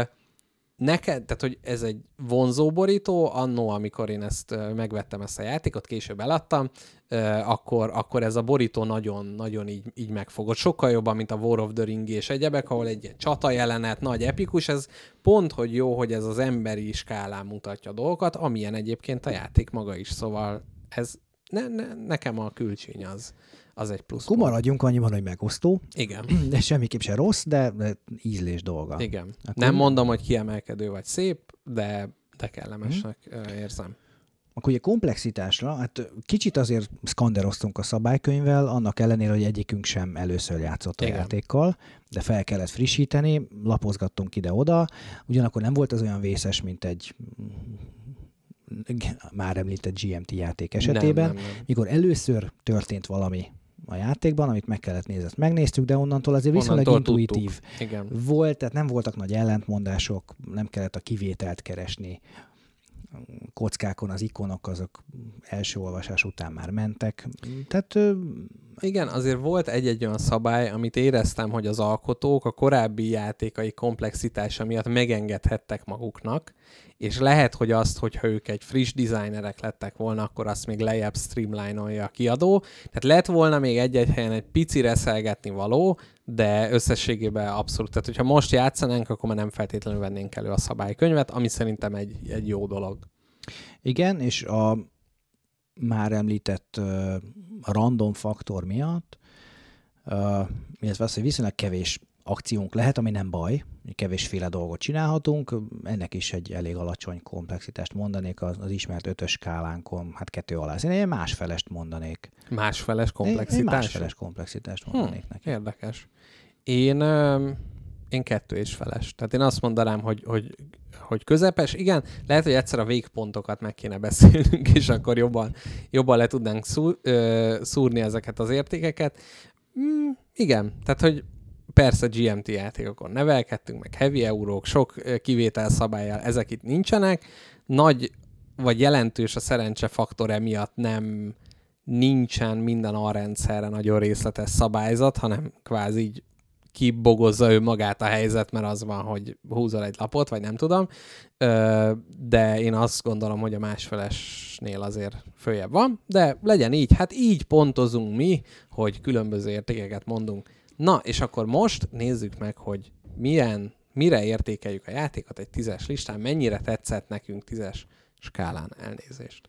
Neked, tehát hogy ez egy vonzó borító, annó, amikor én ezt megvettem ezt a játékot, később eladtam, akkor, akkor ez a borító nagyon, nagyon így, így megfogott. Sokkal jobban, mint a War of the Ring és egyebek, ahol egy ilyen csata jelenet, nagy epikus, ez pont, hogy jó, hogy ez az emberi skálán mutatja a dolgokat, amilyen egyébként a játék maga is, szóval ez ne, ne, nekem a külcsíny az. Az egy plusz. Akkor maradjunk annyiban, hogy megosztó. Igen. De semmiképp se rossz, de, de ízlés dolga. Igen. Akkor... Nem mondom, hogy kiemelkedő vagy szép, de, de kellemesnek hmm. érzem. Akkor ugye komplexitásra, hát kicsit azért szkanderoztunk a szabálykönyvvel, annak ellenére, hogy egyikünk sem először játszott a Igen. játékkal, de fel kellett frissíteni, lapozgattunk ide-oda, ugyanakkor nem volt az olyan vészes, mint egy már említett gé em té játék esetében, nem, nem, nem. mikor először történt valami a játékban, amit meg kellett nézni, ezt megnéztük, de onnantól azért viszonylag intuitív volt, tehát nem voltak nagy ellentmondások, nem kellett a kivételt keresni. Kockákon az ikonok azok első olvasás után már mentek. Tehát... Igen, azért volt egy-egy olyan szabály, amit éreztem, hogy az alkotók a korábbi játékai komplexitása miatt megengedhettek maguknak, és lehet, hogy azt, hogyha ők egy friss designerek lettek volna, akkor azt még lejjebb streamline-olja a kiadó. Tehát lett volna még egy-egy helyen egy pici reszelgetni való, de összességében abszolút. Tehát, hogyha most játszanánk, akkor már nem feltétlenül vennénk elő a szabálykönyvet, ami szerintem egy, egy jó dolog. Igen, és a már említett uh, random faktor miatt, uh, illetve az, hogy viszonylag kevés akciónk lehet, ami nem baj, kevésféle dolgot csinálhatunk, ennek is egy elég alacsony komplexitást mondanék az, az ismert ötös skálánkon, hát kettő alá. Én egy másfelest mondanék. Másfeles komplexitás? Egy másfeles komplexitást mondanék hm, neki. Érdekes. Én, én kettő és feles. Tehát én azt mondanám, hogy, hogy, hogy közepes. Igen, lehet, hogy egyszer a végpontokat meg kéne beszélnünk, és akkor jobban, jobban le tudnánk szúr, szúrni ezeket az értékeket. Mm, igen, tehát, hogy persze gé em té játékokon nevelkedtünk, meg heavy eurók, sok kivétel szabállyal, ezek itt nincsenek. Nagy vagy jelentős a szerencsefaktor emiatt nem nincsen minden alrendszerre nagyon részletes szabályzat, hanem kvázi így kibogozza ő magát a helyzet, mert az van, hogy húzol egy lapot, vagy nem tudom. De én azt gondolom, hogy a másfelesnél azért följebb van, de legyen így. Hát így pontozunk mi, hogy különböző értékeket mondunk. Na, és akkor most nézzük meg, hogy milyen mire értékeljük a játékot egy tízes listán, mennyire tetszett nekünk tízes skálán, elnézést.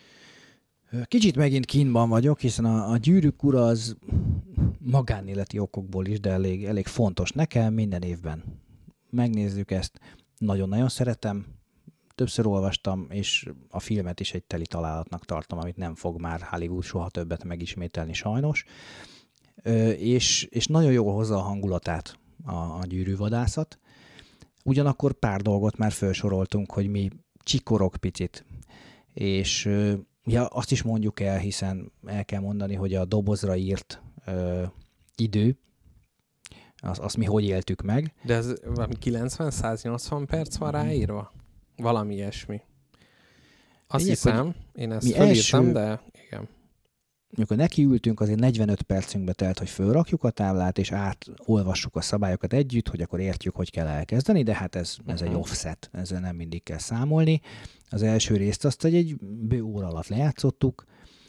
Kicsit megint kínban vagyok, hiszen a, a Gyűrűk ura az magánéleti okokból is, de elég, elég fontos nekem, minden évben megnézzük ezt. Nagyon-nagyon szeretem, többször olvastam, és a filmet is egy teli találatnak tartom, amit nem fog már Hollywood soha többet megismételni sajnos. Ö, és, és nagyon jól hozza a hangulatát a, a gyűrűvadászat. Ugyanakkor pár dolgot már felsoroltunk, hogy mi csikorok picit, és ja, azt is mondjuk el, hiszen el kell mondani, hogy a dobozra írt ö, idő, az, azt mi hogy éltük meg. De ez valami kilencven-száznyolcvan perc van ráírva? Valami ilyesmi. Azt Lényeg, hiszem, én ezt felírtam, első... de igen. Amikor nekiültünk, azért negyvenöt percünkbe telt, hogy fölrakjuk a táblát, és átolvassuk a szabályokat együtt, hogy akkor értjük, hogy kell elkezdeni, de hát ez, ez uh-huh. egy offset, ezzel nem mindig kell számolni. Az első részt azt egy bő óra alatt lejátszottuk,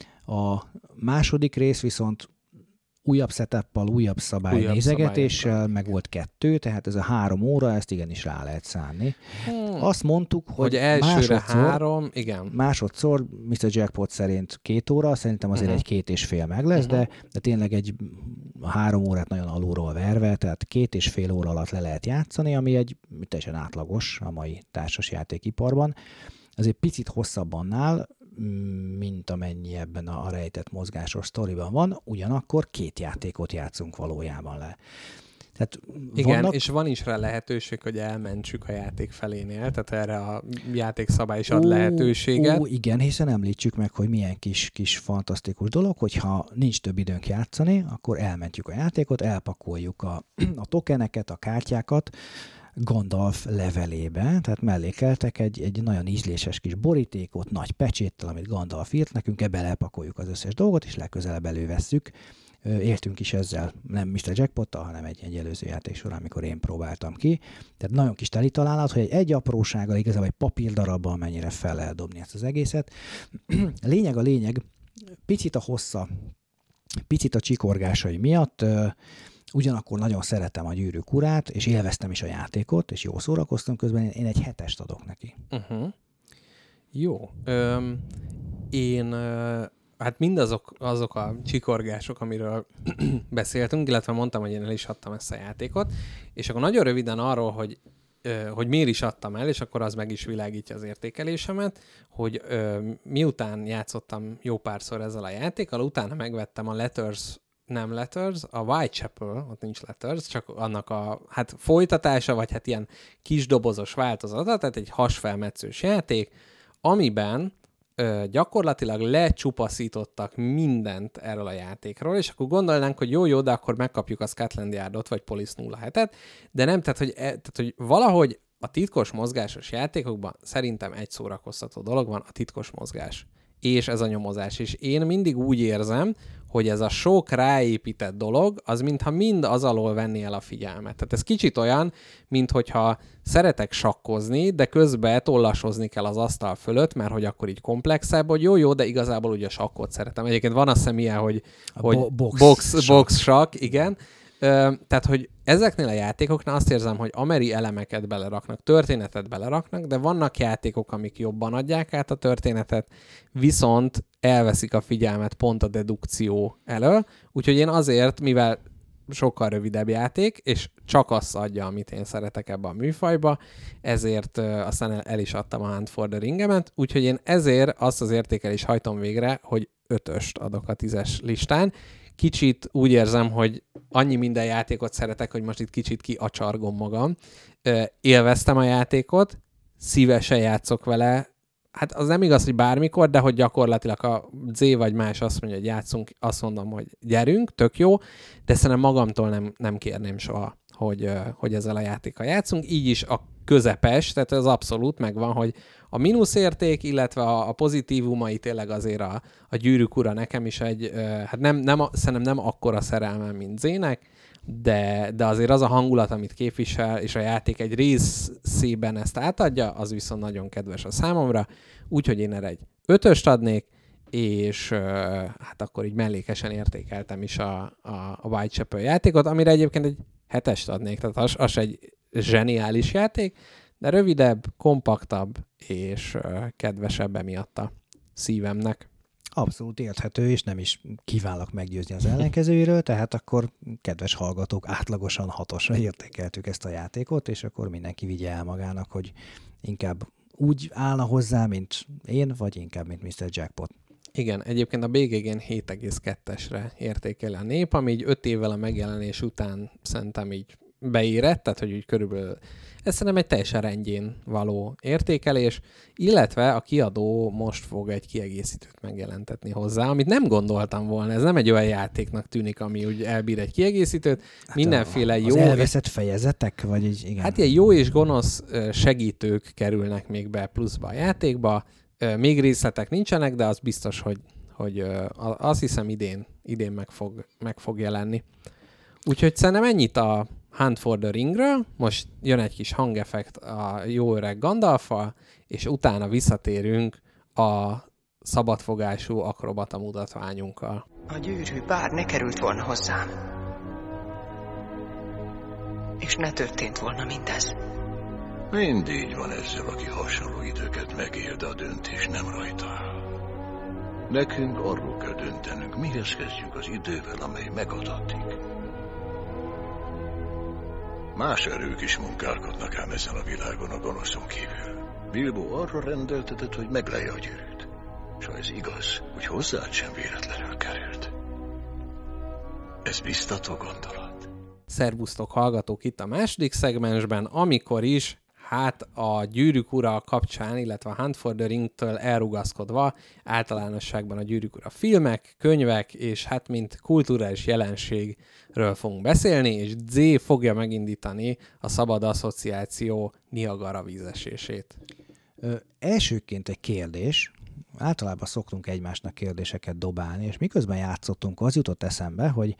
a második rész viszont újabb setuppal, újabb szabálynézegetéssel, meg volt kettő, tehát ez a három óra, ezt igenis rá lehet szánni. Hmm. Azt mondtuk, hogy, hogy elsőre másodszor, három, igen. másodszor miszter Jackpot szerint két óra, szerintem azért uh-huh. egy két és fél meg lesz, uh-huh. de, de tényleg egy három órát nagyon alulról verve, tehát két és fél óra alatt le lehet játszani, ami egy teljesen átlagos a mai társasjátékiparban. Azért picit hosszabb annál, mint amennyi ebben a rejtett mozgásos sztoriban van, ugyanakkor két játékot játszunk valójában le. Tehát igen, vannak... és van is rá lehetőség, hogy elmentsük a játék felénél, tehát erre a játékszabály is ad ó, lehetőséget. Ó, igen, hiszen említsük meg, hogy milyen kis, kis fantasztikus dolog, hogyha nincs több időnk játszani, akkor elmentjük a játékot, elpakoljuk a, a tokeneket, a kártyákat, Gandalf levelébe, tehát mellékeltek egy, egy nagyon ízléses kis borítékot, nagy pecséttel, amit Gandalf írt nekünk, ebbe elpakoljuk az összes dolgot, és legközelebb elővesszük. Éltünk is ezzel, nem miszter Jackpottal, hanem egy, egy előző játék során, amikor én próbáltam ki. Tehát nagyon kis teli találat, hogy egy, egy aprósággal, igazából egy papírdarabbal mennyire fel lehet dobni ezt az egészet. Lényeg a lényeg, picit a hossza, picit a csikorgásai miatt, ugyanakkor nagyon szeretem a Gyűrűk urát, és élveztem is a játékot, és jó szórakoztam közben, én egy hetest adok neki. Uh-huh. Jó. Öm, én, ö, hát mindazok azok a csikorgások, amiről beszéltünk, illetve mondtam, hogy én el is adtam ezt a játékot, és akkor nagyon röviden arról, hogy, ö, hogy miért is adtam el, és akkor az meg is világítja az értékelésemet, hogy ö, miután játszottam jó párszor ezzel a játékkal, utána megvettem a Letters nem Letters, a Whitechapel, ott nincs Letters, csak annak a hát folytatása, vagy hát ilyen kis dobozos változata, tehát egy hasfelmetszős játék, amiben ö, gyakorlatilag lecsupaszítottak mindent erről a játékról, és akkor gondolnánk, hogy jó-jó, de akkor megkapjuk a Scotland Yardot, vagy Police nulla hetet, de nem, tehát hogy, e, tehát, hogy valahogy a titkos mozgásos játékokban szerintem egy szórakoztató dolog van, a titkos mozgás. És ez a nyomozás. És én mindig úgy érzem, hogy ez a sok ráépített dolog, az mintha mind az alól venné el a figyelmet. Tehát ez kicsit olyan, mint hogyha szeretek sakkozni, de közben tollasozni kell az asztal fölött, mert hogy akkor így komplexebb, hogy jó-jó, de igazából ugye a sakkot szeretem. Egyébként van azt hiszem ilyen, hogy, hogy bo- box, box, box sakk, igen. Ö, tehát, hogy ezeknél a játékoknál azt érzem, hogy ameri elemeket beleraknak, történetet beleraknak, de vannak játékok, amik jobban adják át a történetet, viszont elveszik a figyelmet pont a dedukció elől, úgyhogy én azért, mivel sokkal rövidebb játék, és csak azt adja, amit én szeretek ebbe a műfajba, ezért ö, aztán el, el is adtam a Hunt for the Ringemet, úgyhogy én ezért azt az értékelést hajtom végre, hogy ötöst adok a tízes listán. Kicsit úgy érzem, hogy annyi minden játékot szeretek, hogy most itt kicsit kiacsargom magam. Élveztem a játékot, szívesen játszok vele. Hát az nem igaz, hogy bármikor, de hogy gyakorlatilag a Z vagy más azt mondja, hogy játszunk, azt mondom, hogy gyerünk, tök jó, de szerintem magamtól nem, nem kérném soha, hogy, hogy ezzel a játékkal játszunk. Így is a közepes, tehát az abszolút megvan, hogy a mínuszérték, illetve a, a pozitívumai tényleg azért a, a Gyűrűk ura nekem is egy, hát nem, nem, szerintem nem akkora szerelmem, mint Zének, de, de azért az a hangulat, amit képvisel, és a játék egy részében ezt átadja, az viszont nagyon kedves a számomra, úgyhogy én erre egy ötöst adnék, és hát akkor így mellékesen értékeltem is a, a, a Whitechapel játékot, amire egyébként egy hetest adnék, tehát az, az egy zseniális játék, de rövidebb, kompaktabb és kedvesebb emiatt a szívemnek. Abszolút érthető, és nem is kívánlak meggyőzni az ellenkezőjéről, tehát akkor kedves hallgatók, átlagosan hatosra értékeltük ezt a játékot, és akkor mindenki vigye el magának, hogy inkább úgy állna hozzá, mint én, vagy inkább, mint miszter Jackpot. Igen, egyébként a bé gé gén hét egész kettesre értékel a nép, ami így öt évvel a megjelenés után szerintem így beérett, tehát hogy úgy körülbelül ez szerintem egy teljesen rendjén való értékelés, illetve a kiadó most fog egy kiegészítőt megjelentetni hozzá, amit nem gondoltam volna, ez nem egy olyan játéknak tűnik, ami úgy elbír egy kiegészítőt, hát mindenféle a, jó... Az elveszett fejezetek, vagy így, igen. Hát ilyen jó és gonosz segítők kerülnek még be pluszba a játékba, még részletek nincsenek, de az biztos, hogy, hogy azt hiszem idén, idén meg, fog, meg fog jelenni. Úgyhogy szerintem ennyit a Hunt for the Ringről, most jön egy kis hangeffekt a jó öreg Gandalf-al, és utána visszatérünk a szabadfogású akrobata mutatványunkkal. A gyűrű bár ne került volna hozzám, és ne történt volna mindez. Mindig van ezzel, aki hasonló időket megél, de a döntés nem rajta. Nekünk arról kell döntenünk, mihez kezdjük az idővel, amely megadatik. Más erők is munkálkodnak ám ezen a világon a gonoszon kívül. Bilbo arra rendeltetett, hogy meglelje a gyűrűt. És ha ez igaz, hogy hozzád sem véletlenül került. Ez biztató gondolat. Szervusztok, hallgatók, itt a második szegmensben, amikor is hát a Gyűrűk ura kapcsán, illetve a Hunt for the Ringtől elrugaszkodva általánosságban a Gyűrűk ura filmek, könyvek, és hát mint kulturális jelenségről fogunk beszélni, és Zé fogja megindítani a Szabad Asszociáció Niagara vízesését. Ö, elsőként egy kérdés. Általában szoktunk egymásnak kérdéseket dobálni, és miközben játszottunk, az jutott eszembe, hogy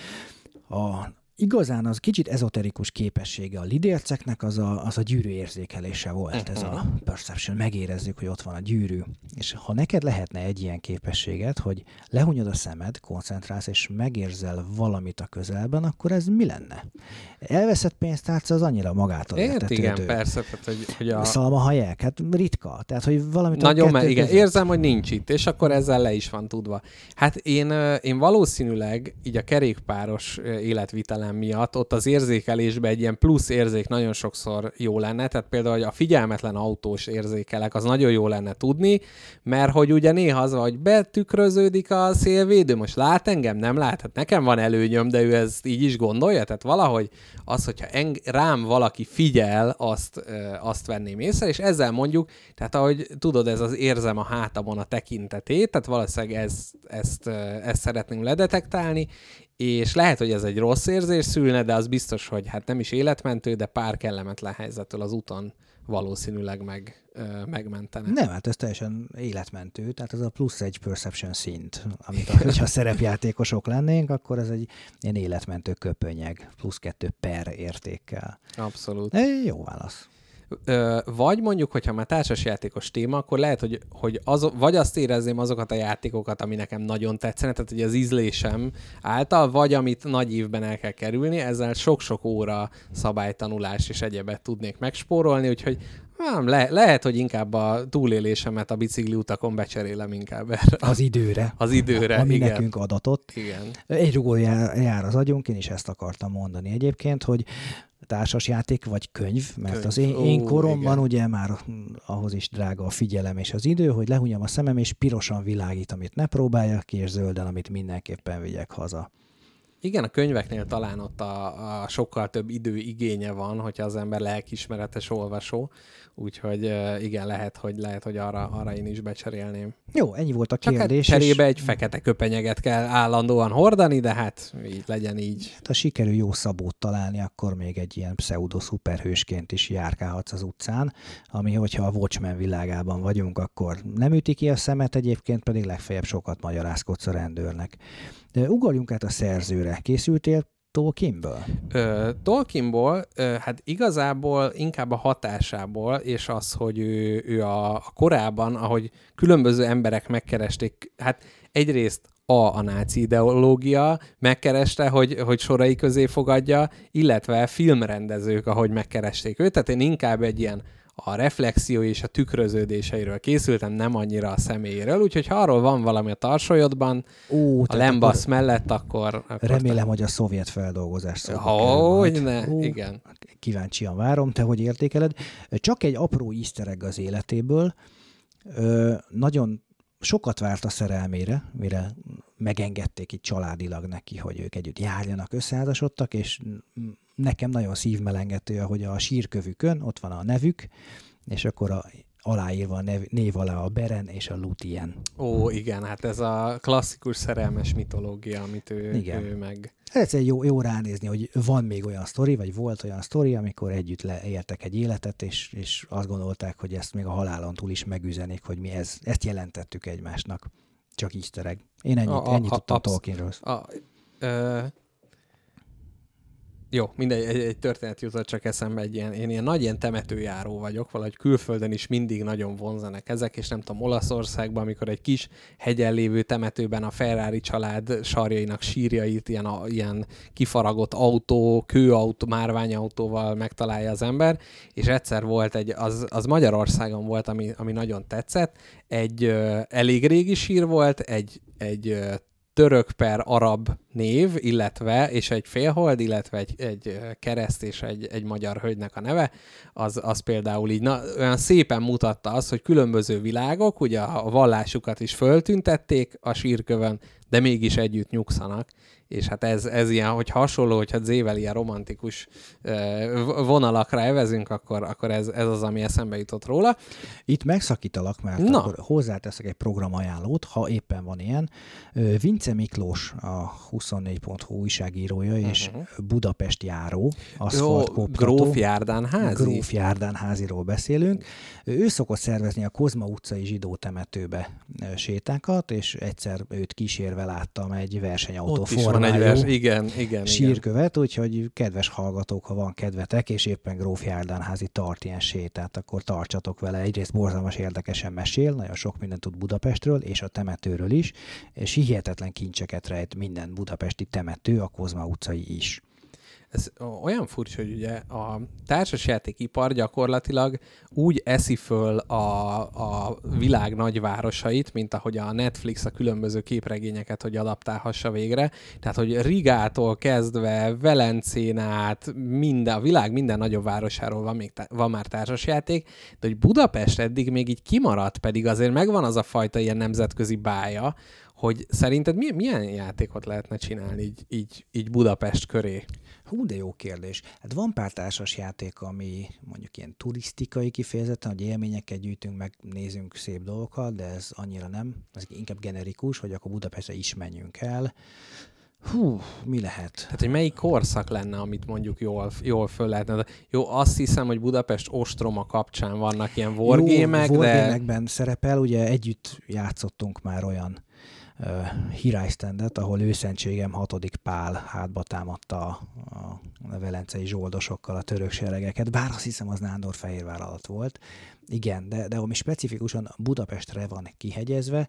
a igazán az kicsit ezoterikus képessége a lidérceknek az a, az a gyűrű érzékelése volt. Ez a perception, megérezzük, hogy ott van a gyűrű. És ha neked lehetne egy ilyen képességet, hogy lehunyod a szemed, koncentrálsz, és megérzel valamit a közelben, akkor ez mi lenne? Elveszett pénztárca az annyira magától értetődő. Igen, persze. Tehát, hogy, hogy a... Szalmahajek, hát ritka. Tehát, hogy valamit Nagyon, a mert igen, között... érzem, hogy nincs itt, és akkor ezzel le is van tudva. Hát én, én valószínűleg így a kerékpáros életvitelem miatt ott az érzékelésben egy ilyen plusz érzék nagyon sokszor jó lenne, tehát például, hogy a figyelmetlen autós érzékelek, az nagyon jó lenne tudni, mert hogy ugye néha az, hogy betükröződik a szélvédő, most lát engem, nem lát, hát nekem van előnyöm, de ő ezt így is gondolja, tehát valahogy az, hogyha eng- rám valaki figyel, azt, ö, azt venném észre, és ezzel mondjuk, tehát ahogy tudod, ez az érzem a hátamon a tekintetét, tehát valószínűleg ezt, ezt, ezt szeretnénk ledetektálni, és lehet, hogy ez egy rossz érzés szülne, de az biztos, hogy hát nem is életmentő, de pár kellemetlen helyzettől az úton valószínűleg meg, ö, megmentene. Nem, hát ez teljesen életmentő, tehát ez a plusz egy perception szint, amit hogyha szerepjátékosok lennénk, akkor ez egy ilyen életmentő köpönyeg, plusz kettő per értékkel. Abszolút. É, jó válasz. Ö, vagy mondjuk, hogyha már társasjátékos téma, akkor lehet, hogy, hogy az, vagy azt érezném azokat a játékokat, ami nekem nagyon tetszene, tehát hogy az ízlésem által, vagy amit nagy évben el kell kerülni, ezzel sok-sok óra szabálytanulás és egyebet tudnék megspórolni, úgyhogy nem, le, lehet, hogy inkább a túlélésemet a bicikli utakon becserélem inkább erre. Az időre. Az időre, ami igen. nekünk adatott. Igen. Egy rugó jár, jár az agyunk, én is ezt akartam mondani egyébként, hogy társasjáték vagy könyv, mert könyv. az én, én koromban igen. ugye már ahhoz is drága a figyelem és az idő, hogy lehunyom a szemem, és pirosan világít, amit ne próbáljak ki, és zölden, amit mindenképpen vigyek haza. Igen, a könyveknél talán ott a, a sokkal több idő igénye van, hogyha az ember lelkiismeretes olvasó, úgyhogy igen, lehet, hogy, lehet, hogy arra, arra én is becserélném. Jó, ennyi volt a Csak kérdés. Hát cserébe egy fekete köpenyeget kell állandóan hordani, de hát így legyen így. Hát, ha sikerül jó szabót találni, akkor még egy ilyen pseudo-szuperhősként is járkálhatsz az utcán, ami, hogyha a Watchmen világában vagyunk, akkor nem üti ki a szemet, egyébként pedig legfeljebb sokat magyarázkodsz a rendőrnek. De ugorjunk át a szerzőre. Készültél Tolkienből? Ö, Tolkienból, ö, hát igazából inkább a hatásából, és az, hogy ő, ő a, a korában, ahogy különböző emberek megkeresték, hát egyrészt a, a náci ideológia megkereste, hogy, hogy sorai közé fogadja, illetve filmrendezők, ahogy megkeresték őt, tehát én inkább egy ilyen a reflexió és a tükröződéseiről készültem, nem annyira a személyéről, úgyhogy ha arról van valami a tarsolyodban, Ó, a Lembasz akkor mellett, akkor... akkor remélem, te... hogy a szovjet feldolgozás szóba Hogy ne, Ó, igen. Kíváncsian várom, te hogy értékeled. Csak egy apró easter egg az életéből. Ö, nagyon sokat várt a szerelmére, mire megengedték itt családilag neki, hogy ők együtt járjanak, összeházasodtak, és nekem nagyon szívmelengető, hogy a sírkövükön ott van a nevük, és akkor a, aláírva a nev, név alá a Beren és a Lúthien. Ó, igen, hát ez a klasszikus szerelmes mitológia, amit ő, igen. ő meg... Ez egy jó, jó ránézni, hogy van még olyan sztori, vagy volt olyan sztori, amikor együtt leéltek egy életet, és, és azt gondolták, hogy ezt még a halálon túl is megüzenik, hogy mi ez, ezt jelentettük egymásnak. Csak easter egg. Én ennyit, a, ennyit a, tudtam absz- Tolkienről. A, ö, jó, mindegy, egy, egy történet jutott csak eszembe, egy ilyen, én ilyen nagy ilyen temetőjáró vagyok, valahogy külföldön is mindig nagyon vonzanak ezek, és nem tudom, Olaszországban, amikor egy kis hegyen lévő temetőben a Ferrari család sarjainak sírjait ilyen, a, ilyen kifaragott autó, kőautó, márványautóval megtalálja az ember, és egyszer volt egy, az, az Magyarországon volt, ami, ami nagyon tetszett, egy ö, elég régi sír volt, egy, egy ö, török per arab név, illetve, és egy félhold, illetve egy, egy kereszt és egy, egy magyar hölgynek a neve, az, az például így na, olyan szépen mutatta azt, hogy különböző világok, ugye a vallásukat is föltüntették a sírkövön, de mégis együtt nyugszanak, és hát ez, ez ilyen, hogy hasonló, hogyha Z-vel ilyen romantikus vonalakra evezünk, akkor, akkor ez, ez az, ami eszembe jutott róla. Itt megszakítalak, mert Na. akkor hozzáteszek egy programajánlót, ha éppen van ilyen. Vince Miklós, a huszonnégy pont hu újságírója, uh-huh. és Budapest járó, aszfaltkoptató. Gróf Járdán-házi. Gróf Járdán-háziról beszélünk. Ő szokott szervezni a Kozma utcai zsidó temetőbe sétákat, és egyszer őt kísérve láttam egy versenyautó formájú vers... igen, igen, sírkövet, igen. Úgyhogy kedves hallgatók, ha van kedvetek, és éppen Gróf Járdán-házi tart ilyen sétát, akkor tartsatok vele. Egyrészt borzalmas érdekesen mesél, nagyon sok mindent tud Budapestről, és a temetőről is, és hihetetlen kincseket rejt minden budapesti temető, a Kozma utcai is. Ez olyan furcsa, hogy ugye a társasjátékipar gyakorlatilag úgy eszi föl a, a világ nagyvárosait, mint ahogy a Netflix a különböző képregényeket, hogy adaptálhassa végre. Tehát, hogy Rigától kezdve, Velencén át, minden, a világ minden nagyobb városáról van, még, van már társasjáték, de hogy Budapest eddig még így kimaradt, pedig azért megvan az a fajta ilyen nemzetközi bája, hogy szerinted milyen játékot lehetne csinálni így, így, így Budapest köré? Hú, de jó kérdés. Hát van pár társas játék, ami mondjuk ilyen turisztikai kifejezetten, hogy élményeket gyűjtünk, meg nézünk szép dolgokat, de ez annyira nem. Ez inkább generikus, hogy akkor Budapestre is menjünk el. Hú, mi lehet? Tehát, hogy melyik korszak lenne, amit mondjuk jól, jól föl lehetne. De jó, azt hiszem, hogy Budapest ostroma kapcsán vannak ilyen wargame-ek, de... wargame-ekben szerepel, ugye együtt játszottunk már olyan uh, hírájsztendet, ahol őszentségem hatodik Pál hátba támadta a, a velencei zsoldosokkal a török seregeket, bár azt hiszem, az Nándorfehérvár alatt volt. Igen, de, de ami specifikusan Budapestre van kihegyezve,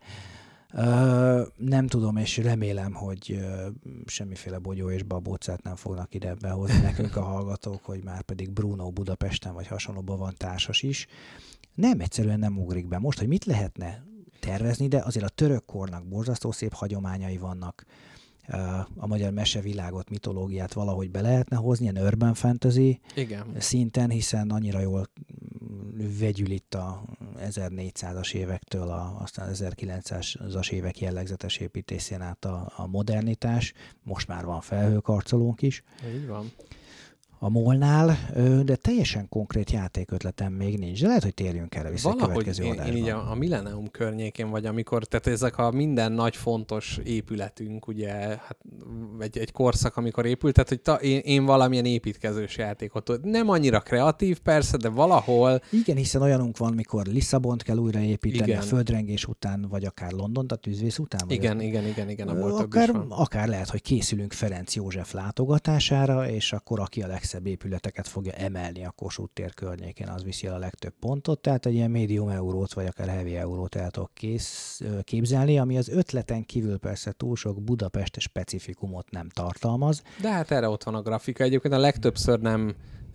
Uh, nem tudom, és remélem, hogy uh, semmiféle bogyó és babócát nem fognak ide behozni nekünk a hallgatók, hogy már pedig Bruno Budapesten vagy hasonlóban van társas is. Nem, egyszerűen nem ugrik be. Most, hogy mit lehetne tervezni, de azért a török kornak borzasztó szép hagyományai vannak. Uh, a magyar mesevilágot, mitológiát valahogy be lehetne hozni, ilyen urban fantasy Igen. szinten, hiszen annyira jól vegyül itt a ezernégyszázas évektől a, aztán ezerkilencszázas évek jellegzetes építészén át a, a modernitás. Most már van felhőkarcolónk is. Így van. a Molnál, de teljesen konkrét játékötletem még nincs. De lehet, hogy térjünk erre vissza a következő én, adásban. én így a, a Millennium környékén vagy, amikor, tehát ezek a minden nagy fontos épületünk, ugye, hát egy, egy korszak, amikor épült, tehát hogy ta, én, én valamilyen építkezős játékot, nem annyira kreatív persze, de valahol... Igen, hiszen olyanunk van, mikor Lisszabont kell újraépíteni igen. a földrengés után, vagy akár Londont a tűzvész után. Vagy igen, igen, igen, igen, abból akár, több is van. Akár lehet, hogy készülünk Ferenc József látogatására, és akkor aki a legszebb épületeket fogja emelni a Kossuth tér környékén, az viszi el a legtöbb pontot, tehát egy ilyen médium eurót, vagy akár heavy eurót el tudok kész, képzelni, ami az ötleten kívül persze túl sok budapesti specifikumot nem tartalmaz. De hát erre ott van a grafika. Egyébként a legtöbbször nem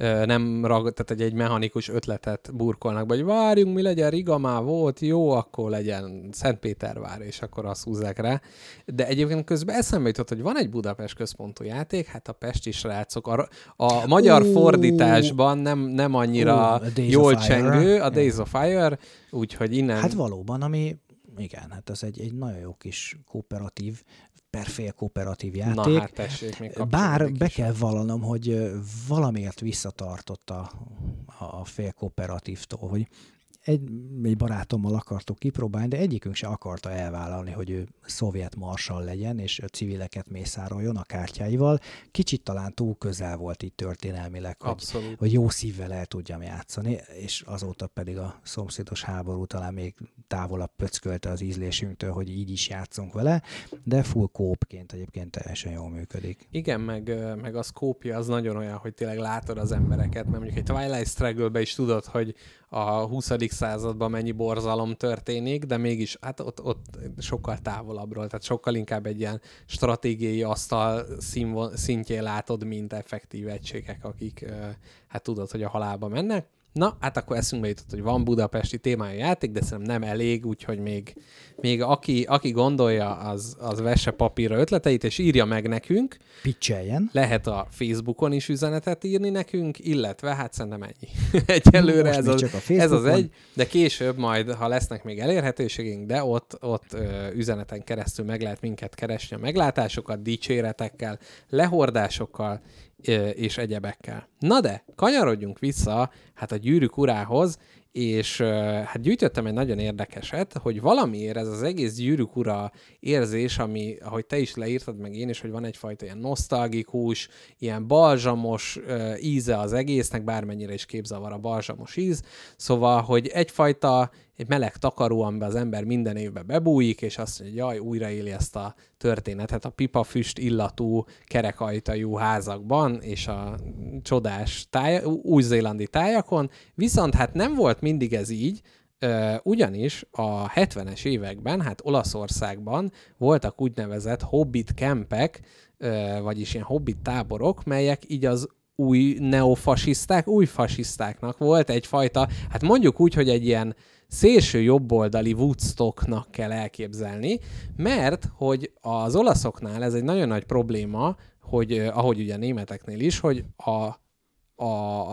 nem ragad, tehát egy, egy mechanikus ötletet burkolnak be, hogy várjunk, mi legyen, Riga már volt, jó, akkor legyen Szentpétervár, és akkor azt húzzák rá. De egyébként közben eszembe jutott, hogy van egy Budapest központú játék, hát a pesti srácok, a, a magyar uh, fordításban nem, nem annyira uh, jól csengő, a Days of Fire, úgyhogy innen... Hát valóban, ami, igen, hát ez egy, egy nagyon jó kis kooperatív, perfél kooperatív játék. Na, hát tessék, még bár be kell vallanom, hogy valamiért visszatartott a, a fél kooperatívtól, hogy egy, egy barátommal akartuk kipróbálni, de egyikünk se akarta elvállalni, hogy ő szovjet marsal legyen, és civileket mészároljon a kártyáival. Kicsit talán túl közel volt itt történelmileg, hogy, hogy jó szívvel el tudjam játszani, és azóta pedig a szomszédos háború talán még távolabb pöckölte az ízlésünktől, hogy így is játszunk vele, de full kópként egyébként teljesen jól működik. Igen, meg, meg a szkópja az nagyon olyan, hogy tényleg látod az embereket, mert mondjuk egy Twilight Struggle-be is tudod, hogy a huszadik században mennyi borzalom történik, de mégis hát ott, ott sokkal távolabbról, tehát sokkal inkább egy ilyen stratégiai asztal színvon, szintjén látod, mint effektív egységek, akik hát tudod, hogy a halálba mennek. Na, hát akkor eszünkbe jutott, hogy van budapesti témájú játék, de szerintem nem elég, úgyhogy még, még aki, aki gondolja, az, az vesse papírra ötleteit, és írja meg nekünk. Pitcheljen. Lehet a Facebookon is üzenetet írni nekünk, illetve hát szerintem ennyi. Egyelőre ez az, ez az egy, de később majd, ha lesznek még elérhetőségünk, de ott, ott ö, üzeneten keresztül meg lehet minket keresni a meglátásokat, dicséretekkel, lehordásokkal, és egyebekkel. Na de, kanyarodjunk vissza hát a Gyűrűk urához, és hát gyűjtöttem egy nagyon érdekeset, hogy valamiért ez az egész Gyűrűk ura érzés, ami, ahogy te is leírtad, meg én is, hogy van egyfajta ilyen nosztalgikus, ilyen balzsamos íze az egésznek, bármennyire is képzavar a balzsamos íz, szóval, hogy egyfajta egy meleg takaró, amiben az ember minden évben bebújik, és azt mondja, hogy jaj, újraéli ezt a történetet a pipafüst illatú kerekajtajú házakban, és a csodás táj- új-zélandi tájakon, viszont hát nem volt mindig ez így, ugyanis a hetvenes években, hát Olaszországban voltak úgynevezett hobbit kempek, vagyis ilyen hobbit táborok, melyek így az új neofasiszták, új fasisztáknak volt egyfajta, hát mondjuk úgy, hogy egy ilyen szélső jobboldali Woodstocknak kell elképzelni, mert hogy az olaszoknál ez egy nagyon nagy probléma, hogy ahogy ugye a németeknél is, hogy a A,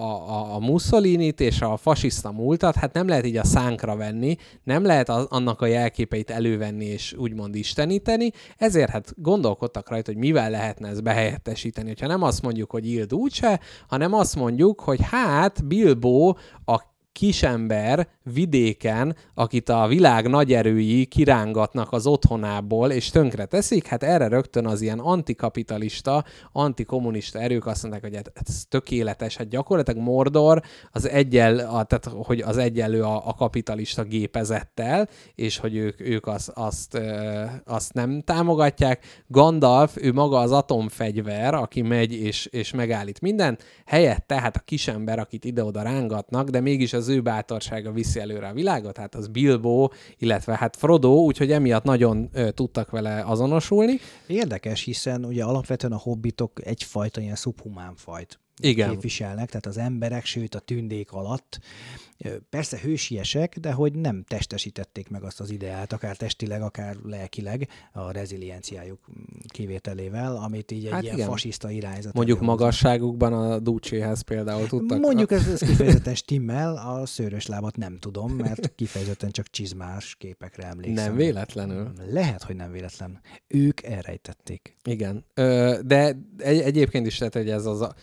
a, a Mussolinit és a fasiszta múltat, hát nem lehet így a szánkra venni, nem lehet az, annak a jelképeit elővenni és úgymond isteníteni, ezért hát gondolkodtak rajta, hogy mivel lehetne ezt behelyettesíteni, hogyha nem azt mondjuk, hogy Il Duce, hanem azt mondjuk, hogy hát Bilbo a kisember vidéken, akit a világ nagy erői kirángatnak az otthonából, és tönkre teszik, hát erre rögtön az ilyen antikapitalista, antikommunista erők azt mondták, hogy hát ez tökéletes, hát gyakorlatilag Mordor az egyel, a, tehát hogy az egyenlő a, a kapitalista gépezettel, és hogy ők, ők az, azt, ö, azt nem támogatják. Gandalf, ő maga az atomfegyver, aki megy és, és megállít mindent, helyette hát a kisember, akit ide-oda rángatnak, de mégis az ő bátorsága viszi előre a világot, hát az Bilbo, illetve hát Frodo, úgyhogy emiatt nagyon ö, tudtak vele azonosulni. Érdekes, hiszen ugye alapvetően a hobbitok egyfajta ilyen szubhumán fajt Igen. képviselnek, tehát az emberek, sőt a tündék alatt. Persze hősiesek, de hogy nem testesítették meg azt az ideát, akár testileg, akár lelkileg, a rezilienciájuk kivételével, amit így egy hát ilyen igen. fasiszta irányzat. Mondjuk magasságukban a Ducéhez például tudtak. Mondjuk ez, ez kifejezetten stimmel, a szőrös lábat nem tudom, mert kifejezetten csak csizmás képekre emlékszem. Nem véletlenül. Lehet, hogy nem véletlen. Ők elrejtették. Igen. Ö, de egy, egyébként is lehet, hogy ez az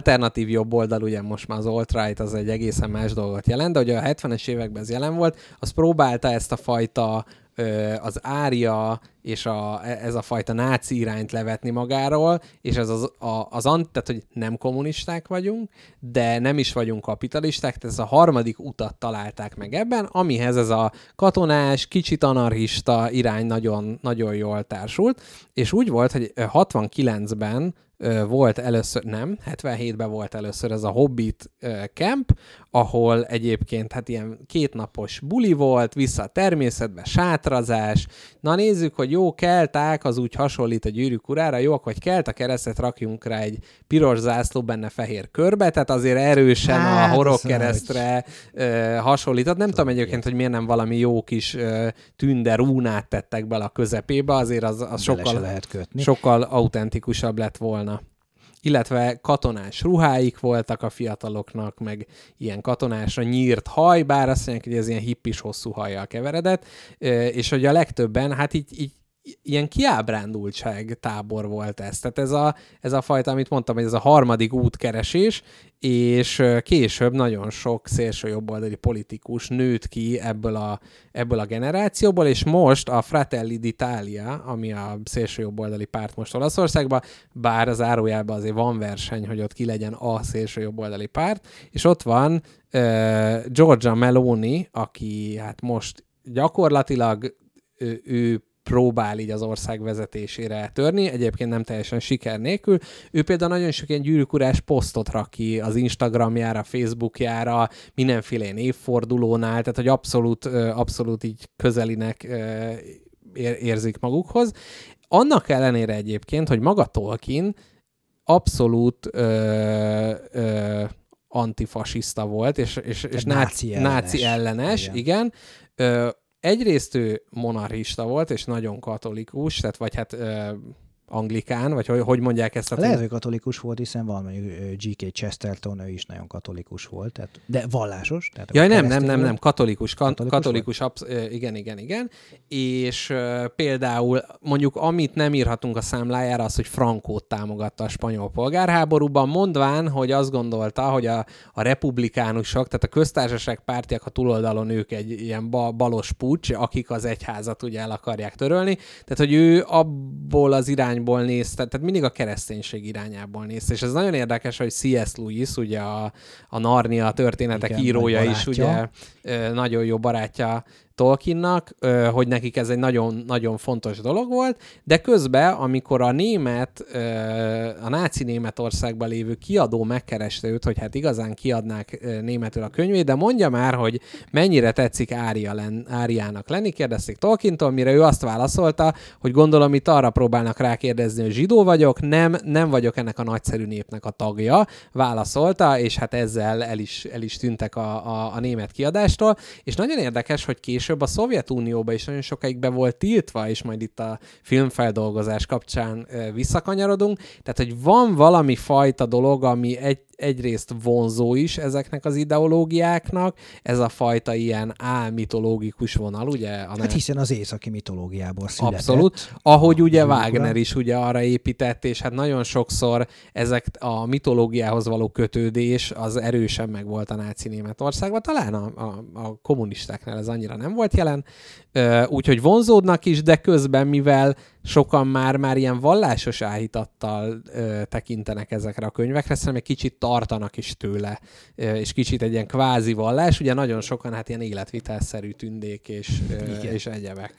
alternatív jobb oldal, ugye most már az alt-right az egy egészen más dolgot jelent, de ugye a hetvenes években ez jelen volt, az próbálta ezt a fajta az ária és a, ez a fajta náci irányt levetni magáról, és ez az, a, az tehát, hogy nem kommunisták vagyunk, de nem is vagyunk kapitalisták, tehát ez a harmadik utat találták meg ebben, amihez ez a katonás, kicsit anarchista irány nagyon, nagyon jól társult, és úgy volt, hogy hatvankilencben volt először, nem, hetvenhétben volt először ez a Hobbit camp, ahol egyébként hát ilyen kétnapos buli volt, vissza a természetbe, sátrazás. Na nézzük, hogy jó, kelták, az úgy hasonlít a Gyűrűk urára, jó, akkor kelt a keresztet, rakjunk rá egy piros zászló, benne fehér körbe, tehát azért erősen hát, a horogkeresztre hasonlított. Nem tudom egyébként, hogy miért nem valami jó kis tünde rúnát tettek bele a közepébe, azért az, az sokkal, sokkal autentikusabb lett volna. Illetve katonás ruháik voltak a fiataloknak, meg ilyen katonásra nyírt haj, bár azt mondják, hogy ez ilyen hippis hosszú hajjal keveredett, és hogy a legtöbben, hát így, így ilyen kiábrándultság tábor volt ez. Tehát ez a, ez a fajta, amit mondtam, hogy ez a harmadik útkeresés, és később nagyon sok szélsőjobboldali politikus nőtt ki ebből a, ebből a generációból, és most a Fratelli d'Italia, ami a szélsőjobboldali párt most Olaszországban, bár az zárójában azért van verseny, hogy ott ki legyen a szélsőjobboldali párt, és ott van uh, Giorgia Meloni, aki hát most gyakorlatilag ő, ő próbál így az ország vezetésére törni, egyébként nem teljesen siker nélkül. Ő például nagyon sok ilyen gyűrűkurás posztot rak ki az Instagramjára, Facebookjára, mindenféle évfordulónál, tehát hogy abszolút, abszolút így közelinek érzik magukhoz. Annak ellenére egyébként, hogy maga Tolkien abszolút ö, ö, antifasiszta volt, és, és, és náci, ellenes, náci ellenes, igen. igen. Ö, Egyrészt ő monarchista volt, és nagyon katolikus, tehát vagy hát ö, anglikán, vagy hogy, hogy mondják ezt? A Lehet, hogy katolikus volt, hiszen van mondjuk gé ké Chesterton, ő is nagyon katolikus volt, tehát, de vallásos. Tehát Jaj, nem, nem, nem, nem, katolikus, katolikus, katolikus absz- igen, igen, igen. És uh, például mondjuk amit nem írhatunk a számlájára, az, hogy Francót támogatta a spanyol polgárháborúban, mondván, hogy azt gondolta, hogy a, a republikánusok, tehát a köztársaság pártiak a túloldalon ők egy ilyen ba- balos puccs, akik az egyházat ugye el akarják törölni. Tehát, hogy ő abból az irány nézte, tehát mindig a kereszténység irányából nézte, és ez nagyon érdekes, hogy cé es Lewis, ugye a, a Narnia történetek igen, írója is, ugye nagyon jó barátja Tolkiennak, hogy nekik ez egy nagyon, nagyon fontos dolog volt, de közben, amikor a német, a náci Németországban lévő kiadó megkereste őt, hogy hát igazán kiadnák németül a könyvét, de mondja már, hogy mennyire tetszik Ária len, Áriának lenni, kérdezték Tolkientól, mire ő azt válaszolta, hogy gondolom itt arra próbálnak rákérdezni, hogy zsidó vagyok, nem, nem vagyok ennek a nagyszerű népnek a tagja, válaszolta, és hát ezzel el is, el is tűntek a, a, a német kiadástól, és nagyon érdekes, hogy később a Szovjetunióban is nagyon sokáig be volt tiltva, és majd itt a filmfeldolgozás kapcsán visszakanyarodunk. Tehát, hogy van valami fajta dolog, ami egy, egyrészt vonzó is ezeknek az ideológiáknak, ez a fajta ilyen álmitológikus vonal, ugye? A Hát hiszen az északi mitológiából született. Abszolút. Ahogy ugye Wagner is ugye arra épített, és hát nagyon sokszor ezek a mitológiához való kötődés az erősen megvolt a náci Németországban. Talán a, a, a kommunistáknál ez annyira nem volt jelen. Úgyhogy vonzódnak is, de közben, mivel sokan már, már ilyen vallásos áhítattal ö, tekintenek ezekre a könyvekre, szerintem egy kicsit tartanak is tőle, ö, és kicsit egy ilyen kvázi vallás, ugye nagyon sokan hát ilyen életvitelszerű tündék és, ö, és egyebek.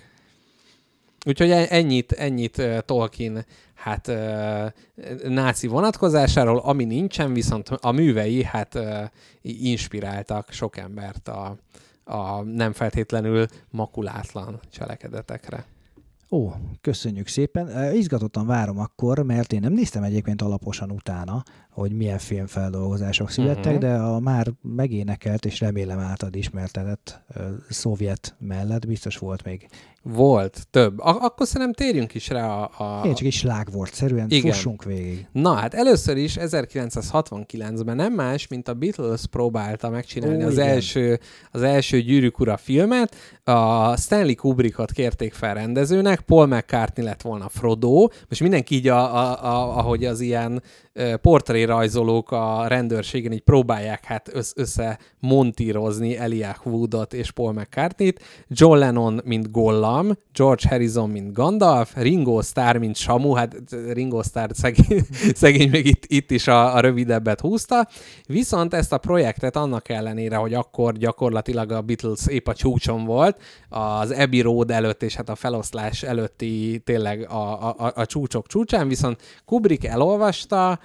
Úgyhogy ennyit, ennyit uh, Tolkien hát uh, náci vonatkozásáról, ami nincsen, viszont a művei hát uh, inspiráltak sok embert a, a nem feltétlenül makulátlan cselekedetekre. Ó, köszönjük szépen. Izgatottan várom akkor, mert én nem néztem egyébként alaposan utána, hogy milyen filmfeldolgozások születtek, uh-huh. de a már megénekelt és remélem általad ismertetett uh, szovjet mellett biztos volt még. Volt, több. Ak- akkor szerintem térjünk is rá a... a... Én csak egy slág volt, szerűen igen. Fussunk végig. Na hát először is ezerkilencszázhatvankilencben nem más, mint a Beatles próbálta megcsinálni Ó, az, első, az első Gyűrűk ura filmet. A Stanley Kubrickot kérték fel rendezőnek, meg Paul McCartney lett volna Frodo, most mindenki így, a, a, a, ahogy az ilyen portrérajzolók a rendőrségen így próbálják hát össz, össze montírozni Elijah Woodot és Paul McCartneyt, John Lennon, mint Gollum, George Harrison, mint Gandalf, Ringo Starr, mint Samu, hát Ringo Starr szegény, szegény még itt, itt is a, a rövidebbet húzta, viszont ezt a projektet annak ellenére, hogy akkor gyakorlatilag a Beatles épp a csúcson volt, az Abbey Road előtt és hát a feloszlás előtti tényleg a, a, a csúcsok csúcsán, viszont Kubrick elolvasta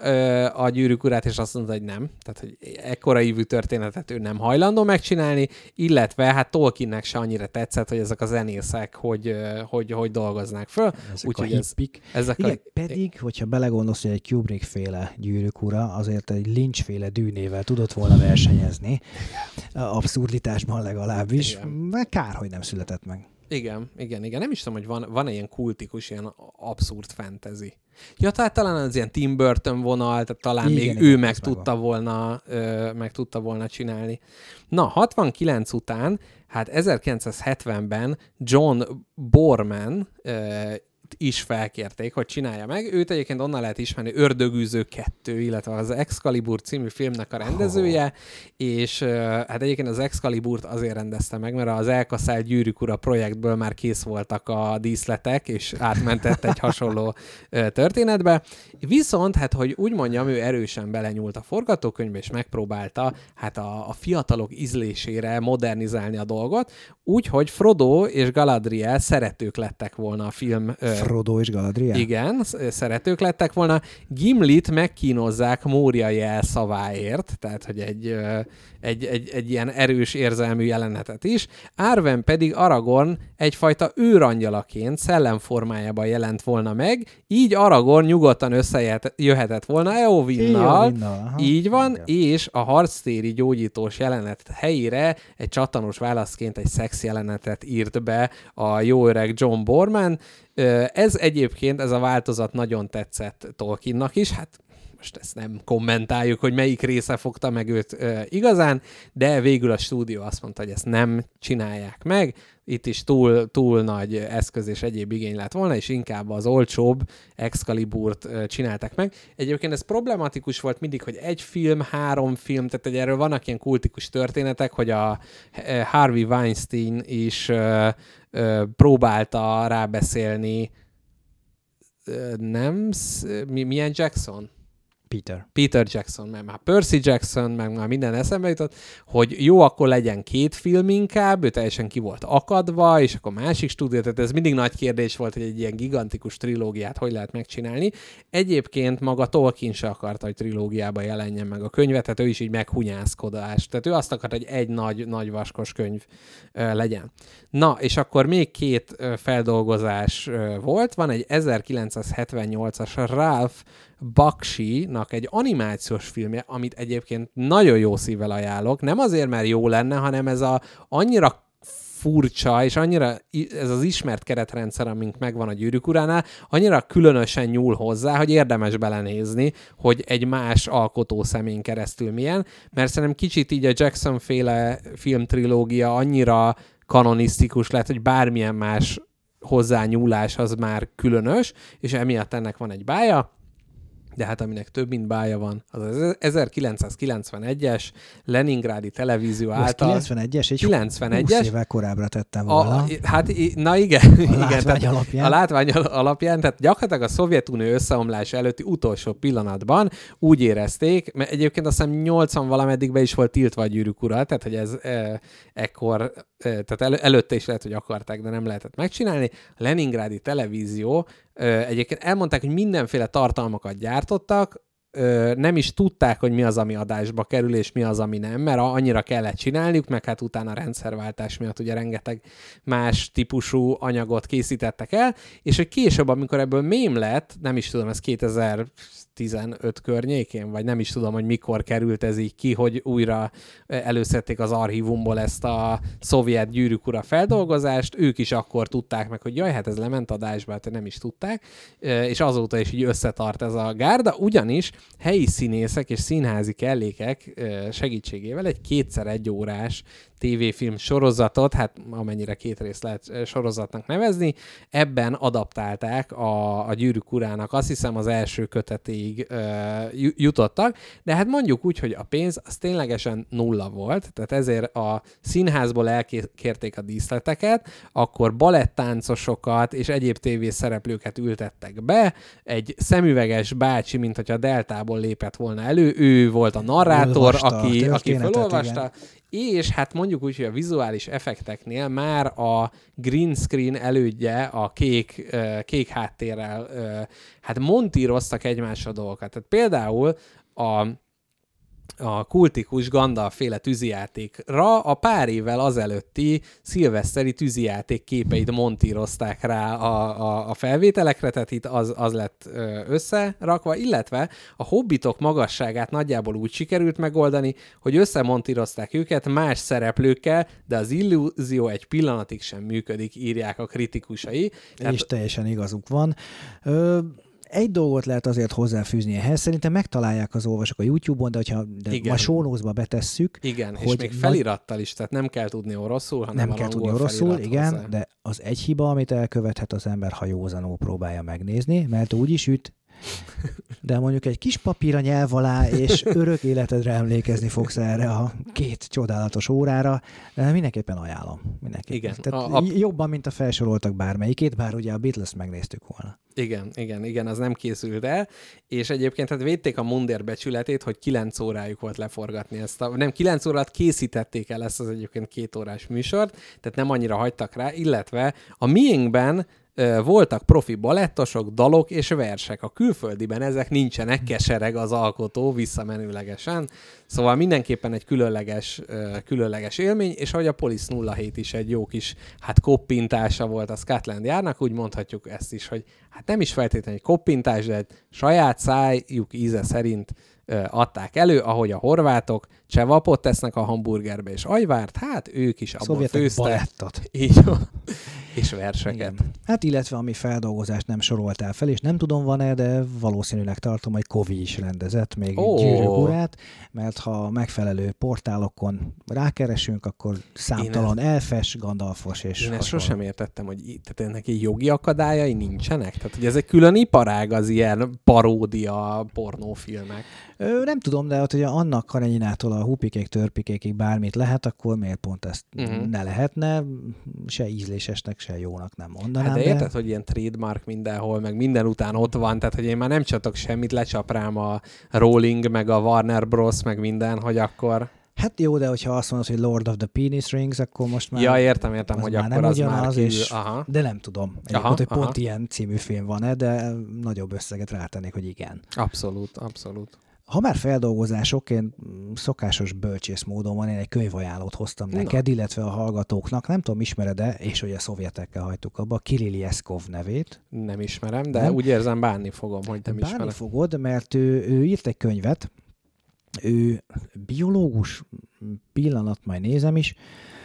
a Gyűrűk urát, és azt mondta, hogy nem. Tehát, hogy ekkora ívű történetet ő nem hajlandó megcsinálni, illetve hát Tolkiennek se annyira tetszett, hogy ezek a zenészek hogy, hogy, hogy dolgoznák föl. Ezek Úgy, a hippik. Ez, ezek Igen, a... pedig, hogyha belegondolsz, hogy egy Kubrick-féle Gyűrűk ura, azért egy Lynch-féle dűnével tudott volna versenyezni. Abszurditásban legalábbis. Igen. Kár, hogy nem született meg. Igen, igen, igen. Nem is tudom, hogy van, van ilyen kultikus, ilyen abszurd fantasy. Ja, tehát talán az ilyen Tim Burton vonal, tehát talán igen, még igen, ő meg tudta, volna, ö, meg tudta volna csinálni. Na, hatvankilenc után, hát ezerkilencszázhetvenben John Borman ö, is felkérték, hogy csinálja meg. Őt egyébként onnan lehet ismerni, Ördögűző kettő, illetve az Excalibur című filmnek a rendezője, oh. és uh, hát egyébként az Excaliburt azért rendezte meg, mert az elkaszált Gyűrűk ura projektből már kész voltak a díszletek, és átmentett egy hasonló uh, történetbe. Viszont, hát hogy úgy mondjam, ő erősen belenyúlt a forgatókönyvbe, és megpróbálta hát a, a fiatalok ízlésére modernizálni a dolgot, úgyhogy Frodo és Galadriel szeretők lettek volna a film uh, Frodo és Galadriel? Igen, szeretők lettek volna. Gimlit megkínozzák Mória jelszaváért, tehát hogy egy, egy, egy, egy ilyen erős érzelmű jelenetet is. Arwen pedig Aragorn egyfajta őrangyalaként szellemformájában jelent volna meg, így Aragorn nyugodtan összejöhetett volna Eowinnal, így van, igen. És a harctéri gyógyítós jelenet helyére egy csattanos válaszként egy szex jelenetet írt be a jó öreg John Borman. Ez egyébként, ez a változat nagyon tetszett Tolkiennak is, hát most ezt nem kommentáljuk, hogy melyik része fogta meg őt e, igazán, de végül a stúdió azt mondta, hogy ezt nem csinálják meg, itt is túl, túl nagy eszköz és egyéb igény lett volna, és inkább az olcsóbb Excaliburt e, csinálták meg. Egyébként ez problematikus volt mindig, hogy egy film, három film, tehát hogy erről vannak ilyen kultikus történetek, hogy a e, Harvey Weinstein is e, e, próbálta rábeszélni e, nem, mi, milyen Jackson? Peter. Peter Jackson, meg már Percy Jackson, meg már minden eszembe jutott, hogy jó, akkor legyen két film inkább, ő teljesen ki volt akadva, és akkor másik stúdió, tehát ez mindig nagy kérdés volt, hogy egy ilyen gigantikus trilógiát hogy lehet megcsinálni. Egyébként maga Tolkien se akarta, hogy trilógiába jelenjen meg a könyvet, tehát ő is így meghunyászkodás. Tehát ő azt akarta, hogy egy nagy, nagy vaskos könyv uh, legyen. Na, és akkor még két uh, feldolgozás uh, volt. Van egy ezerkilencszázhetvennyolcas Ralph Bakshi-nak egy animációs filmje, amit egyébként nagyon jó szívvel ajánlok. Nem azért, mert jó lenne, hanem ez a annyira furcsa, és annyira ez az ismert keretrendszer, amink megvan a Gyűrűk uránál, annyira különösen nyúl hozzá, hogy érdemes belenézni, hogy egy más alkotó szemén keresztül milyen, mert szerintem kicsit így a Jackson-féle filmtrilógia annyira kanonisztikus lett, hogy bármilyen más hozzányúlás az már különös, és emiatt ennek van egy bája, de hát aminek több mint bája van, az az ezerkilencszázkilencvenegyes Leningrádi televízió által... kilencvenegyes, egy kilencvenegyes, húsz évvel korábbra tettem volna. A, hát, na igen. A igen, látvány alapján. A látvány alapján, tehát gyakorlatilag a Szovjetunió összeomlása előtti utolsó pillanatban úgy érezték, mert egyébként azt hiszem nyolcvan valameddig be is volt tiltva a Gyűrűk ura, tehát hogy ez e, ekkor, e, tehát elő, előtte is lehet, hogy akarták, de nem lehetett megcsinálni. A Leningrádi televízió egyébként elmondták, hogy mindenféle tartalmakat gyártottak, nem is tudták, hogy mi az, ami adásba kerül, és mi az, ami nem, mert annyira kellett csinálniuk, meg hát utána a rendszerváltás miatt ugye rengeteg más típusú anyagot készítettek el, és hogy később, amikor ebből mém lett, nem is tudom, ez kétezer tizenöt környékén, vagy nem is tudom, hogy mikor került ez így ki, hogy újra előszedték az archívumból ezt a szovjet Gyűrűk ura feldolgozást, ők is akkor tudták meg, hogy jaj, hát ez lement adásba, hát nem is tudták, és azóta is így összetart ez a gárda, ugyanis helyi színészek és színházi kellékek segítségével egy kétszer egy órás tévéfilm sorozatot, hát amennyire két részt lehet sorozatnak nevezni, ebben adaptálták a, a Gyűrűk urának, azt hiszem az első kötetéig uh, jutottak, de hát mondjuk úgy, hogy a pénz az ténylegesen nulla volt, tehát ezért a színházból elkérték a díszleteket, akkor balettáncosokat és egyéb tévés szereplőket ültettek be, egy szemüveges bácsi, mint hogyha a Deltából lépett volna elő, ő volt a narrátor, Olvasta, aki, aki felolvasta, és hát mondjuk úgy, hogy a vizuális effekteknél már a green screen elődje a kék, uh, kék háttérrel uh, hát montíroztak egymásra dolgokat. Tehát például a a kultikus Gandalf-féle tűzijátékra a pár évvel azelőtti szilveszteri tűzijáték képeit montírozták rá a, a, a felvételekre, tehát itt az, az lett összerakva, illetve a hobbitok magasságát nagyjából úgy sikerült megoldani, hogy összemontírozták őket más szereplőkkel, de az illúzió egy pillanatig sem működik, írják a kritikusai. Tehát... És teljesen igazuk van. Ö... Egy dolgot lehet azért hozzáfűzni ehhez, szerintem megtalálják az olvasók a YouTube-on, de hogyha de a show notes-ba betesszük. Igen, hogy és még felirattal is, tehát nem kell tudni oroszul, hanem nem kell tudni oroszul, igen, hozzá. De az egy hiba, amit elkövethet az ember, ha józanul próbálja megnézni, mert úgy is üt, de mondjuk egy kis papír a nyelv alá, és örök életedre emlékezni fogsz erre a két csodálatos órára, de mindenképpen ajánlom. Mindenképpen. Igen. Tehát a, a... jobban, mint a felsoroltak bármelyikét, bár ugye a Beatles-t megnéztük volna. Igen, igen, igen, az nem készült el, és egyébként hát védték a mundér becsületét, hogy kilenc órájuk volt leforgatni ezt a, nem kilenc órát készítették el ezt az egyébként két órás műsort, tehát nem annyira hagytak rá, illetve a miénkben voltak profi balettosok, dalok és versek. A külföldiben ezek nincsenek, kesereg az alkotó visszamenőlegesen. Szóval mindenképpen egy különleges, különleges élmény, és ahogy a Police nulla hét is egy jó kis hát koppintása volt a Scotland Yardnak, úgy mondhatjuk ezt is, hogy hát nem is feltétlenül egy koppintás, de egy saját szájuk íze szerint adták elő, ahogy a horvátok csevapot tesznek a hamburgerbe, és ajvárt, hát ők is abból főztek. Balettot. Így van. És verseket. Igen. Hát illetve ami feldolgozást nem soroltál fel, és nem tudom van-e, de valószínűleg tartom, hogy Kovi is rendezett még oh. Gyűrűk urát, mert ha megfelelő portálokon rákeresünk, akkor számtalan ezt... elfes, Gandalfos és Én ezt sosem értettem, hogy tehát ennek egy jogi akadályai nincsenek? Tehát, hogy ez egy külön iparág az ilyen paródia pornófilmek. Ö, nem tudom, de ott ugye annak Karenyinától a hupikék, törpikékig bármit lehet, akkor miért pont ezt uh-huh. ne lehetne? Se ízlésesnek, se jónak nem mondanám. Hát de érted, de... hogy ilyen trademark mindenhol, meg minden után ott van, tehát hogy én már nem csatok semmit, lecsap rám a Rowling, meg a Warner Bros, meg minden, hogy akkor... Hát jó, de hogyha azt mondod, hogy Lord of the Penis Rings, akkor most már... Ja, értem, értem, hogy akkor az már kívül. És... De nem tudom. Egyébként, hogy pont ilyen című film van-e, de nagyobb összeget rátennék, hogy igen. Abszolút, abszolút. Ha már feldolgozások, én szokásos bölcsész módon van, én egy könyvajánlót hoztam neked, Na. illetve a hallgatóknak, nem tudom, ismered-e, és hogy a szovjetekkel hagytuk abba, Kirill Jeszkov nevét. Nem ismerem, de nem? Úgy érzem, bánni fogom, hogy nem bánni ismerem. fogod, mert ő, ő írt egy könyvet, ő biológus, pillanat, majd nézem is.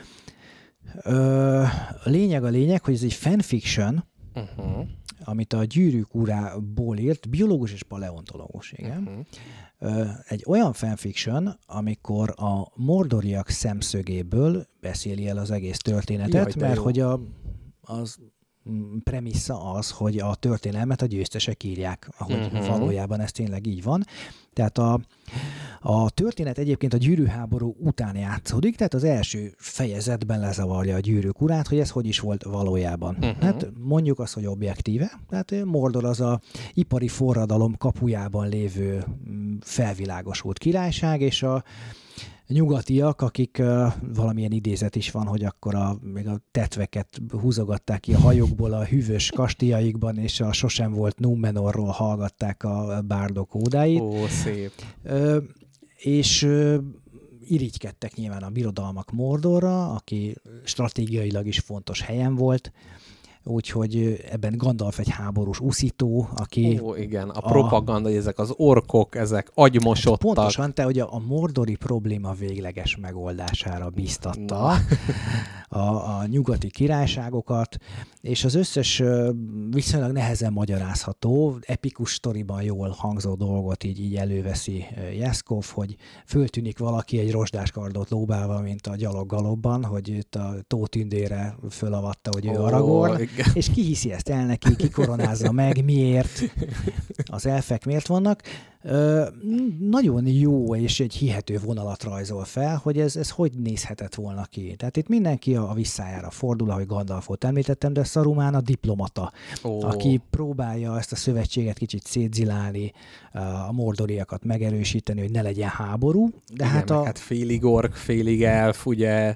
Ö, a lényeg a lényeg, hogy ez egy fanfiction, uh-huh. amit a Gyűrűk urából írt, biológus és paleontológus, igen. Uh-huh. Egy olyan fanfiction, amikor a mordoriak szemszögéből beszéli el az egész történetet, Jaj, mert jó. hogy a, az premissza az, hogy a történelmet a győztesek írják, ahogy uh-huh. valójában ez tényleg így van. Tehát a, a történet egyébként a gyűrűháború után játszódik, tehát az első fejezetben lezavarja a Gyűrűk urát, hogy ez hogy is volt valójában. Uh-huh. Hát mondjuk azt, hogy objektíve, tehát Mordor az a ipari forradalom kapujában lévő felvilágosult királyság, és a nyugatiak, akik uh, valamilyen idézet is van, hogy akkor a, még a tetveket húzogatták ki a hajókból a hűvös kastélyaikban, és a sosem volt Númenorról hallgatták a bárdok ódáit. Ó, szép. Uh, és uh, irigykedtek nyilván a birodalmak Mordorra, aki stratégiailag is fontos helyen volt, úgyhogy ebben Gandalf egy háborús uszító, aki... Ó, igen, a propaganda, a, ezek az orkok, ezek agymosottak. Hát pontosan, te, hogy a, a mordori probléma végleges megoldására bíztatta a, a nyugati királyságokat, és az összes viszonylag nehezen magyarázható, epikus sztoriban jól hangzó dolgot így, így előveszi Jeszkov, hogy föltűnik valaki egy rozsdáskardot lóbálva, mint a gyaloggalobban, hogy itt a tótündére fölavatta, hogy ő oh, Aragorn, igen. és ki hiszi ezt el neki, ki koronázza meg, miért, az elfek miért vannak. Ö, nagyon jó és egy hihető vonalat rajzol fel, hogy ez, ez hogy nézhetett volna ki. Tehát itt mindenki a, a visszájára fordul, ahogy Gandalfot említettem, de Saruman a diplomata, oh. aki próbálja ezt a szövetséget kicsit szétzilálni, a mordoriakat megerősíteni, hogy ne legyen háború. De igen, hát, a... hát félig ork, félig elf, ugye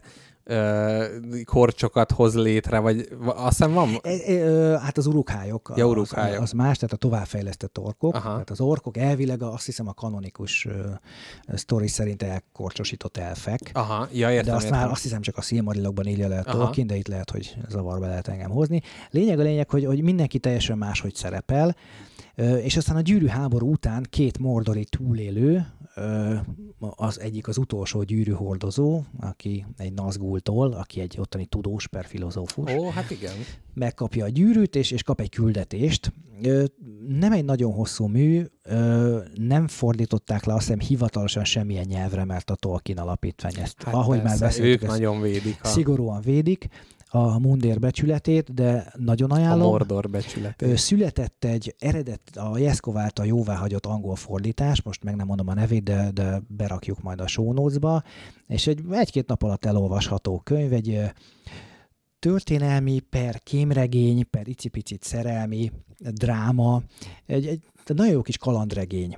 korcsokat hoz létre, vagy azt hiszem van? E, e, hát az urukhályok, ja, az, urukhályok. az más, tehát a továbbfejlesztett orkok. Aha. Tehát az orkok elvileg azt hiszem a kanonikus uh, sztori szerint elkorcsosított elfek. Aha, ja, értem, de azt értem. már azt hiszem csak a Silmarillokban írja le Tolkien, de itt lehet, hogy zavarba lehet engem hozni. Lényeg a lényeg, hogy, hogy mindenki teljesen máshogy szerepel, és aztán a gyűrű háború után két mordori túlélő, az egyik az utolsó gyűrűhordozó, aki egy Nazgûltól, aki egy ottani tudós per filozófus. Ó, hát igen. Megkapja a gyűrűt, és, és kap egy küldetést. Nem egy nagyon hosszú mű, nem fordították le azt hiszem hivatalosan semmilyen nyelvre, mert a Tolkien alapítvány ezt, hát ahogy persze, már beszéltük, ők nagyon védik. A... Szigorúan védik a Mundér becsületét, de nagyon ajánlom. A Mordor becsületét. Született egy eredet, a Jeszkov által jóváhagyott angol fordítás, most meg nem mondom a nevét, de, de berakjuk majd a show notes-ba, és egy, egy-két nap alatt elolvasható könyv, egy történelmi per kémregény, per icipicit szerelmi dráma, egy, egy nagyon jó kis kalandregény.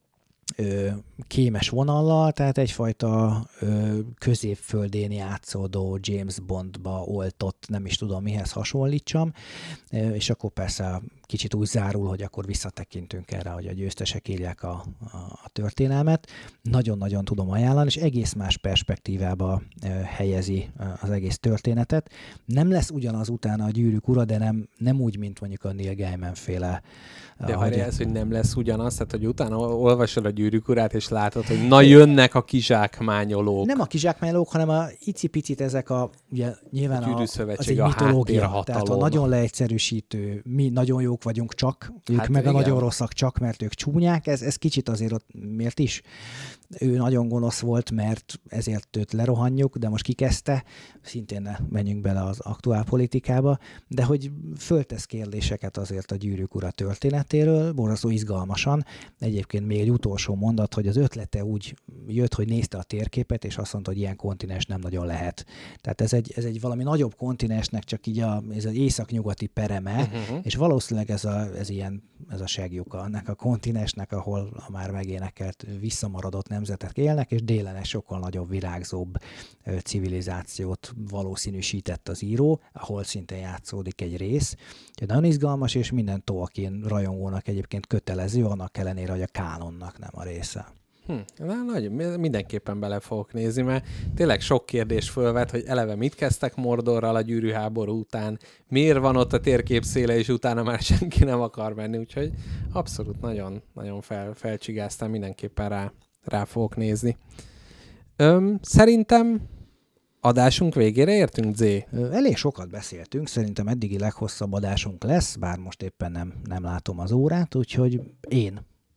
Ö, kémes vonallal, tehát egyfajta ö, középföldén játszódó James Bondba oltott, nem is tudom mihez hasonlítsam, ö, és akkor persze kicsit úgy zárul, hogy akkor visszatekintünk erre, hogy a győztesek írják a, a, a történelmet. Nagyon-nagyon tudom ajánlani, és egész más perspektívába ö, helyezi az egész történetet. Nem lesz ugyanaz utána a Gyűrűk ura, de nem, nem úgy, mint mondjuk a Neil Gaiman féle. De ha ez, hogy nem lesz ugyanaz, tehát hogy utána olvasod a Gyűrűk urát, és látod, hogy na jönnek a kizsákmányolók. Nem a kizsákmányolók, hanem a icipicit ezek a, ugye nyilván a, az egy a mitológia, tehát a nagyon leegyszerűsítő, mi nagyon jók vagyunk csak, ők hát meg igen. a nagyon rosszak csak, mert ők csúnyák, ez, ez kicsit azért ott miért is? Ő nagyon gonosz volt, mert ezért őt lerohanjuk, de most kikezdte, szintén ne menjünk bele az aktuál politikába, de hogy föltesz kérdéseket azért a Gyűrűk ura történetéről, borzasztó izgalmasan. Egyébként még egy utolsó mondat, hogy az ötlete úgy jött, hogy nézte a térképet, és azt mondta, hogy ilyen kontinens nem nagyon lehet. Tehát ez egy, ez egy valami nagyobb kontinensnek csak így a, ez az északnyugati pereme, uh-huh. és valószínűleg ez a, ez ilyen, ez a segjuka ennek a kontinensnek, ahol a már megénekelt visszamaradott nemzetek élnek, és délen egy sokkal nagyobb, virágzóbb civilizációt valószínűsített az író, ahol szintén játszódik egy rész. Nagyon izgalmas, és minden Tolkien rajongónak egyébként kötelező, annak ellenére, hogy a kánonnak nem a része. Hm, na, nagy, mindenképpen bele fogok nézni, mert tényleg sok kérdés fölvet, hogy eleve mit kezdtek Mordorral a gyűrűháború után, miért van ott a térkép széle, és utána már senki nem akar menni, úgyhogy abszolút nagyon, nagyon fel, felcsigáztam, mindenképpen rá, rá fogok nézni. Öm, szerintem adásunk végére értünk, Zé? Elég sokat beszéltünk, szerintem eddigi leghosszabb adásunk lesz, bár most éppen nem, nem látom az órát, úgyhogy én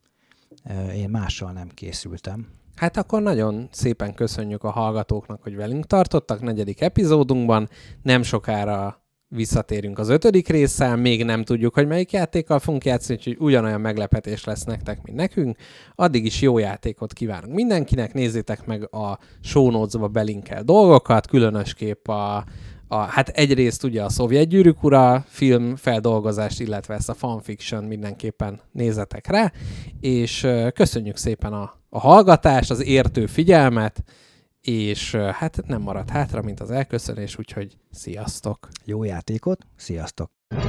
Én mással nem készültem. Hát akkor nagyon szépen köszönjük a hallgatóknak, hogy velünk tartottak negyedik epizódunkban. Nem sokára visszatérünk az ötödik résszel, még nem tudjuk, hogy melyik játékkal fogunk játszani, úgyhogy ugyanolyan meglepetés lesz nektek, mint nekünk. Addig is jó játékot kívánunk mindenkinek, nézzétek meg a show notes-ba belinkel dolgokat, különösképp a A, hát egyrészt ugye a Szovjet Gyűrűk ura film feldolgozást, illetve ezt a fanfiction mindenképpen nézzetek rá, és köszönjük szépen a, a hallgatást, az értő figyelmet, és hát nem marad hátra, mint az elköszönés, úgyhogy sziasztok! Jó játékot, sziasztok!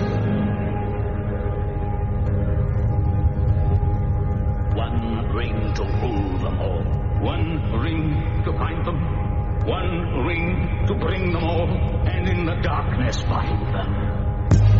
One ring to rule them all, one ring to find them. One ring to bring them all, and in the darkness find them.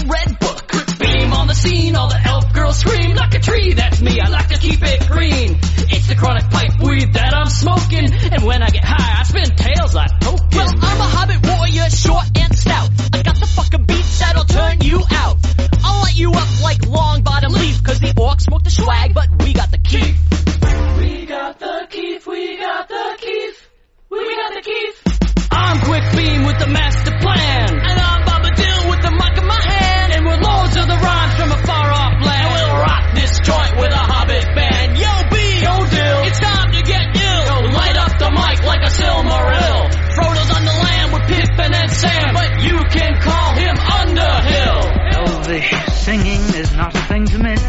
red book. Quick beam on the scene, all the elf girls scream like a tree. That's me, I like to keep it green. It's the chronic pipe weed that I'm smoking, and when I get high, I spin tails like token. Well, I'm a hobbit warrior, short and stout. I got the fucking beats that'll turn you out. I'll light you up like long bottom leaf, cause the orcs smoke the swag, but we got the keef. We got the keef, we got the keef, we got the keef. I'm Quick Beam with the master plan, and I'm Bombadil with the mic in my hand, and we're lords of the rhymes from a far off land. And we'll rock this joint with a hobbit band. Yo, B, yo, Dill, it's time to get ill. Yo, light up the mic like a Silmaril. Frodo's on the land with Pippin and Sam, but you can call him Underhill. Elvish singing is not a thing to miss.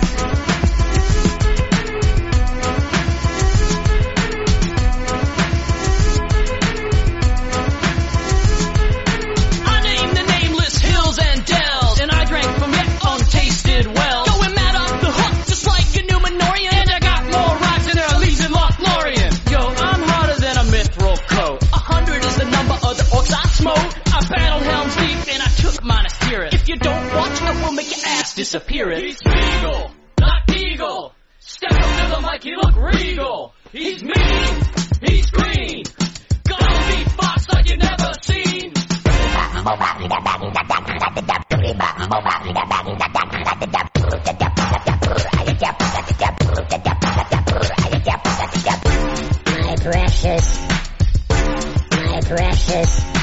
If you don't watch it, we'll make your ass disappear it. He's Beagle, not Eagle. Step up to the mic, he look regal. He's mean, he's green. Gonna beatbox like you never seen. My precious, my precious.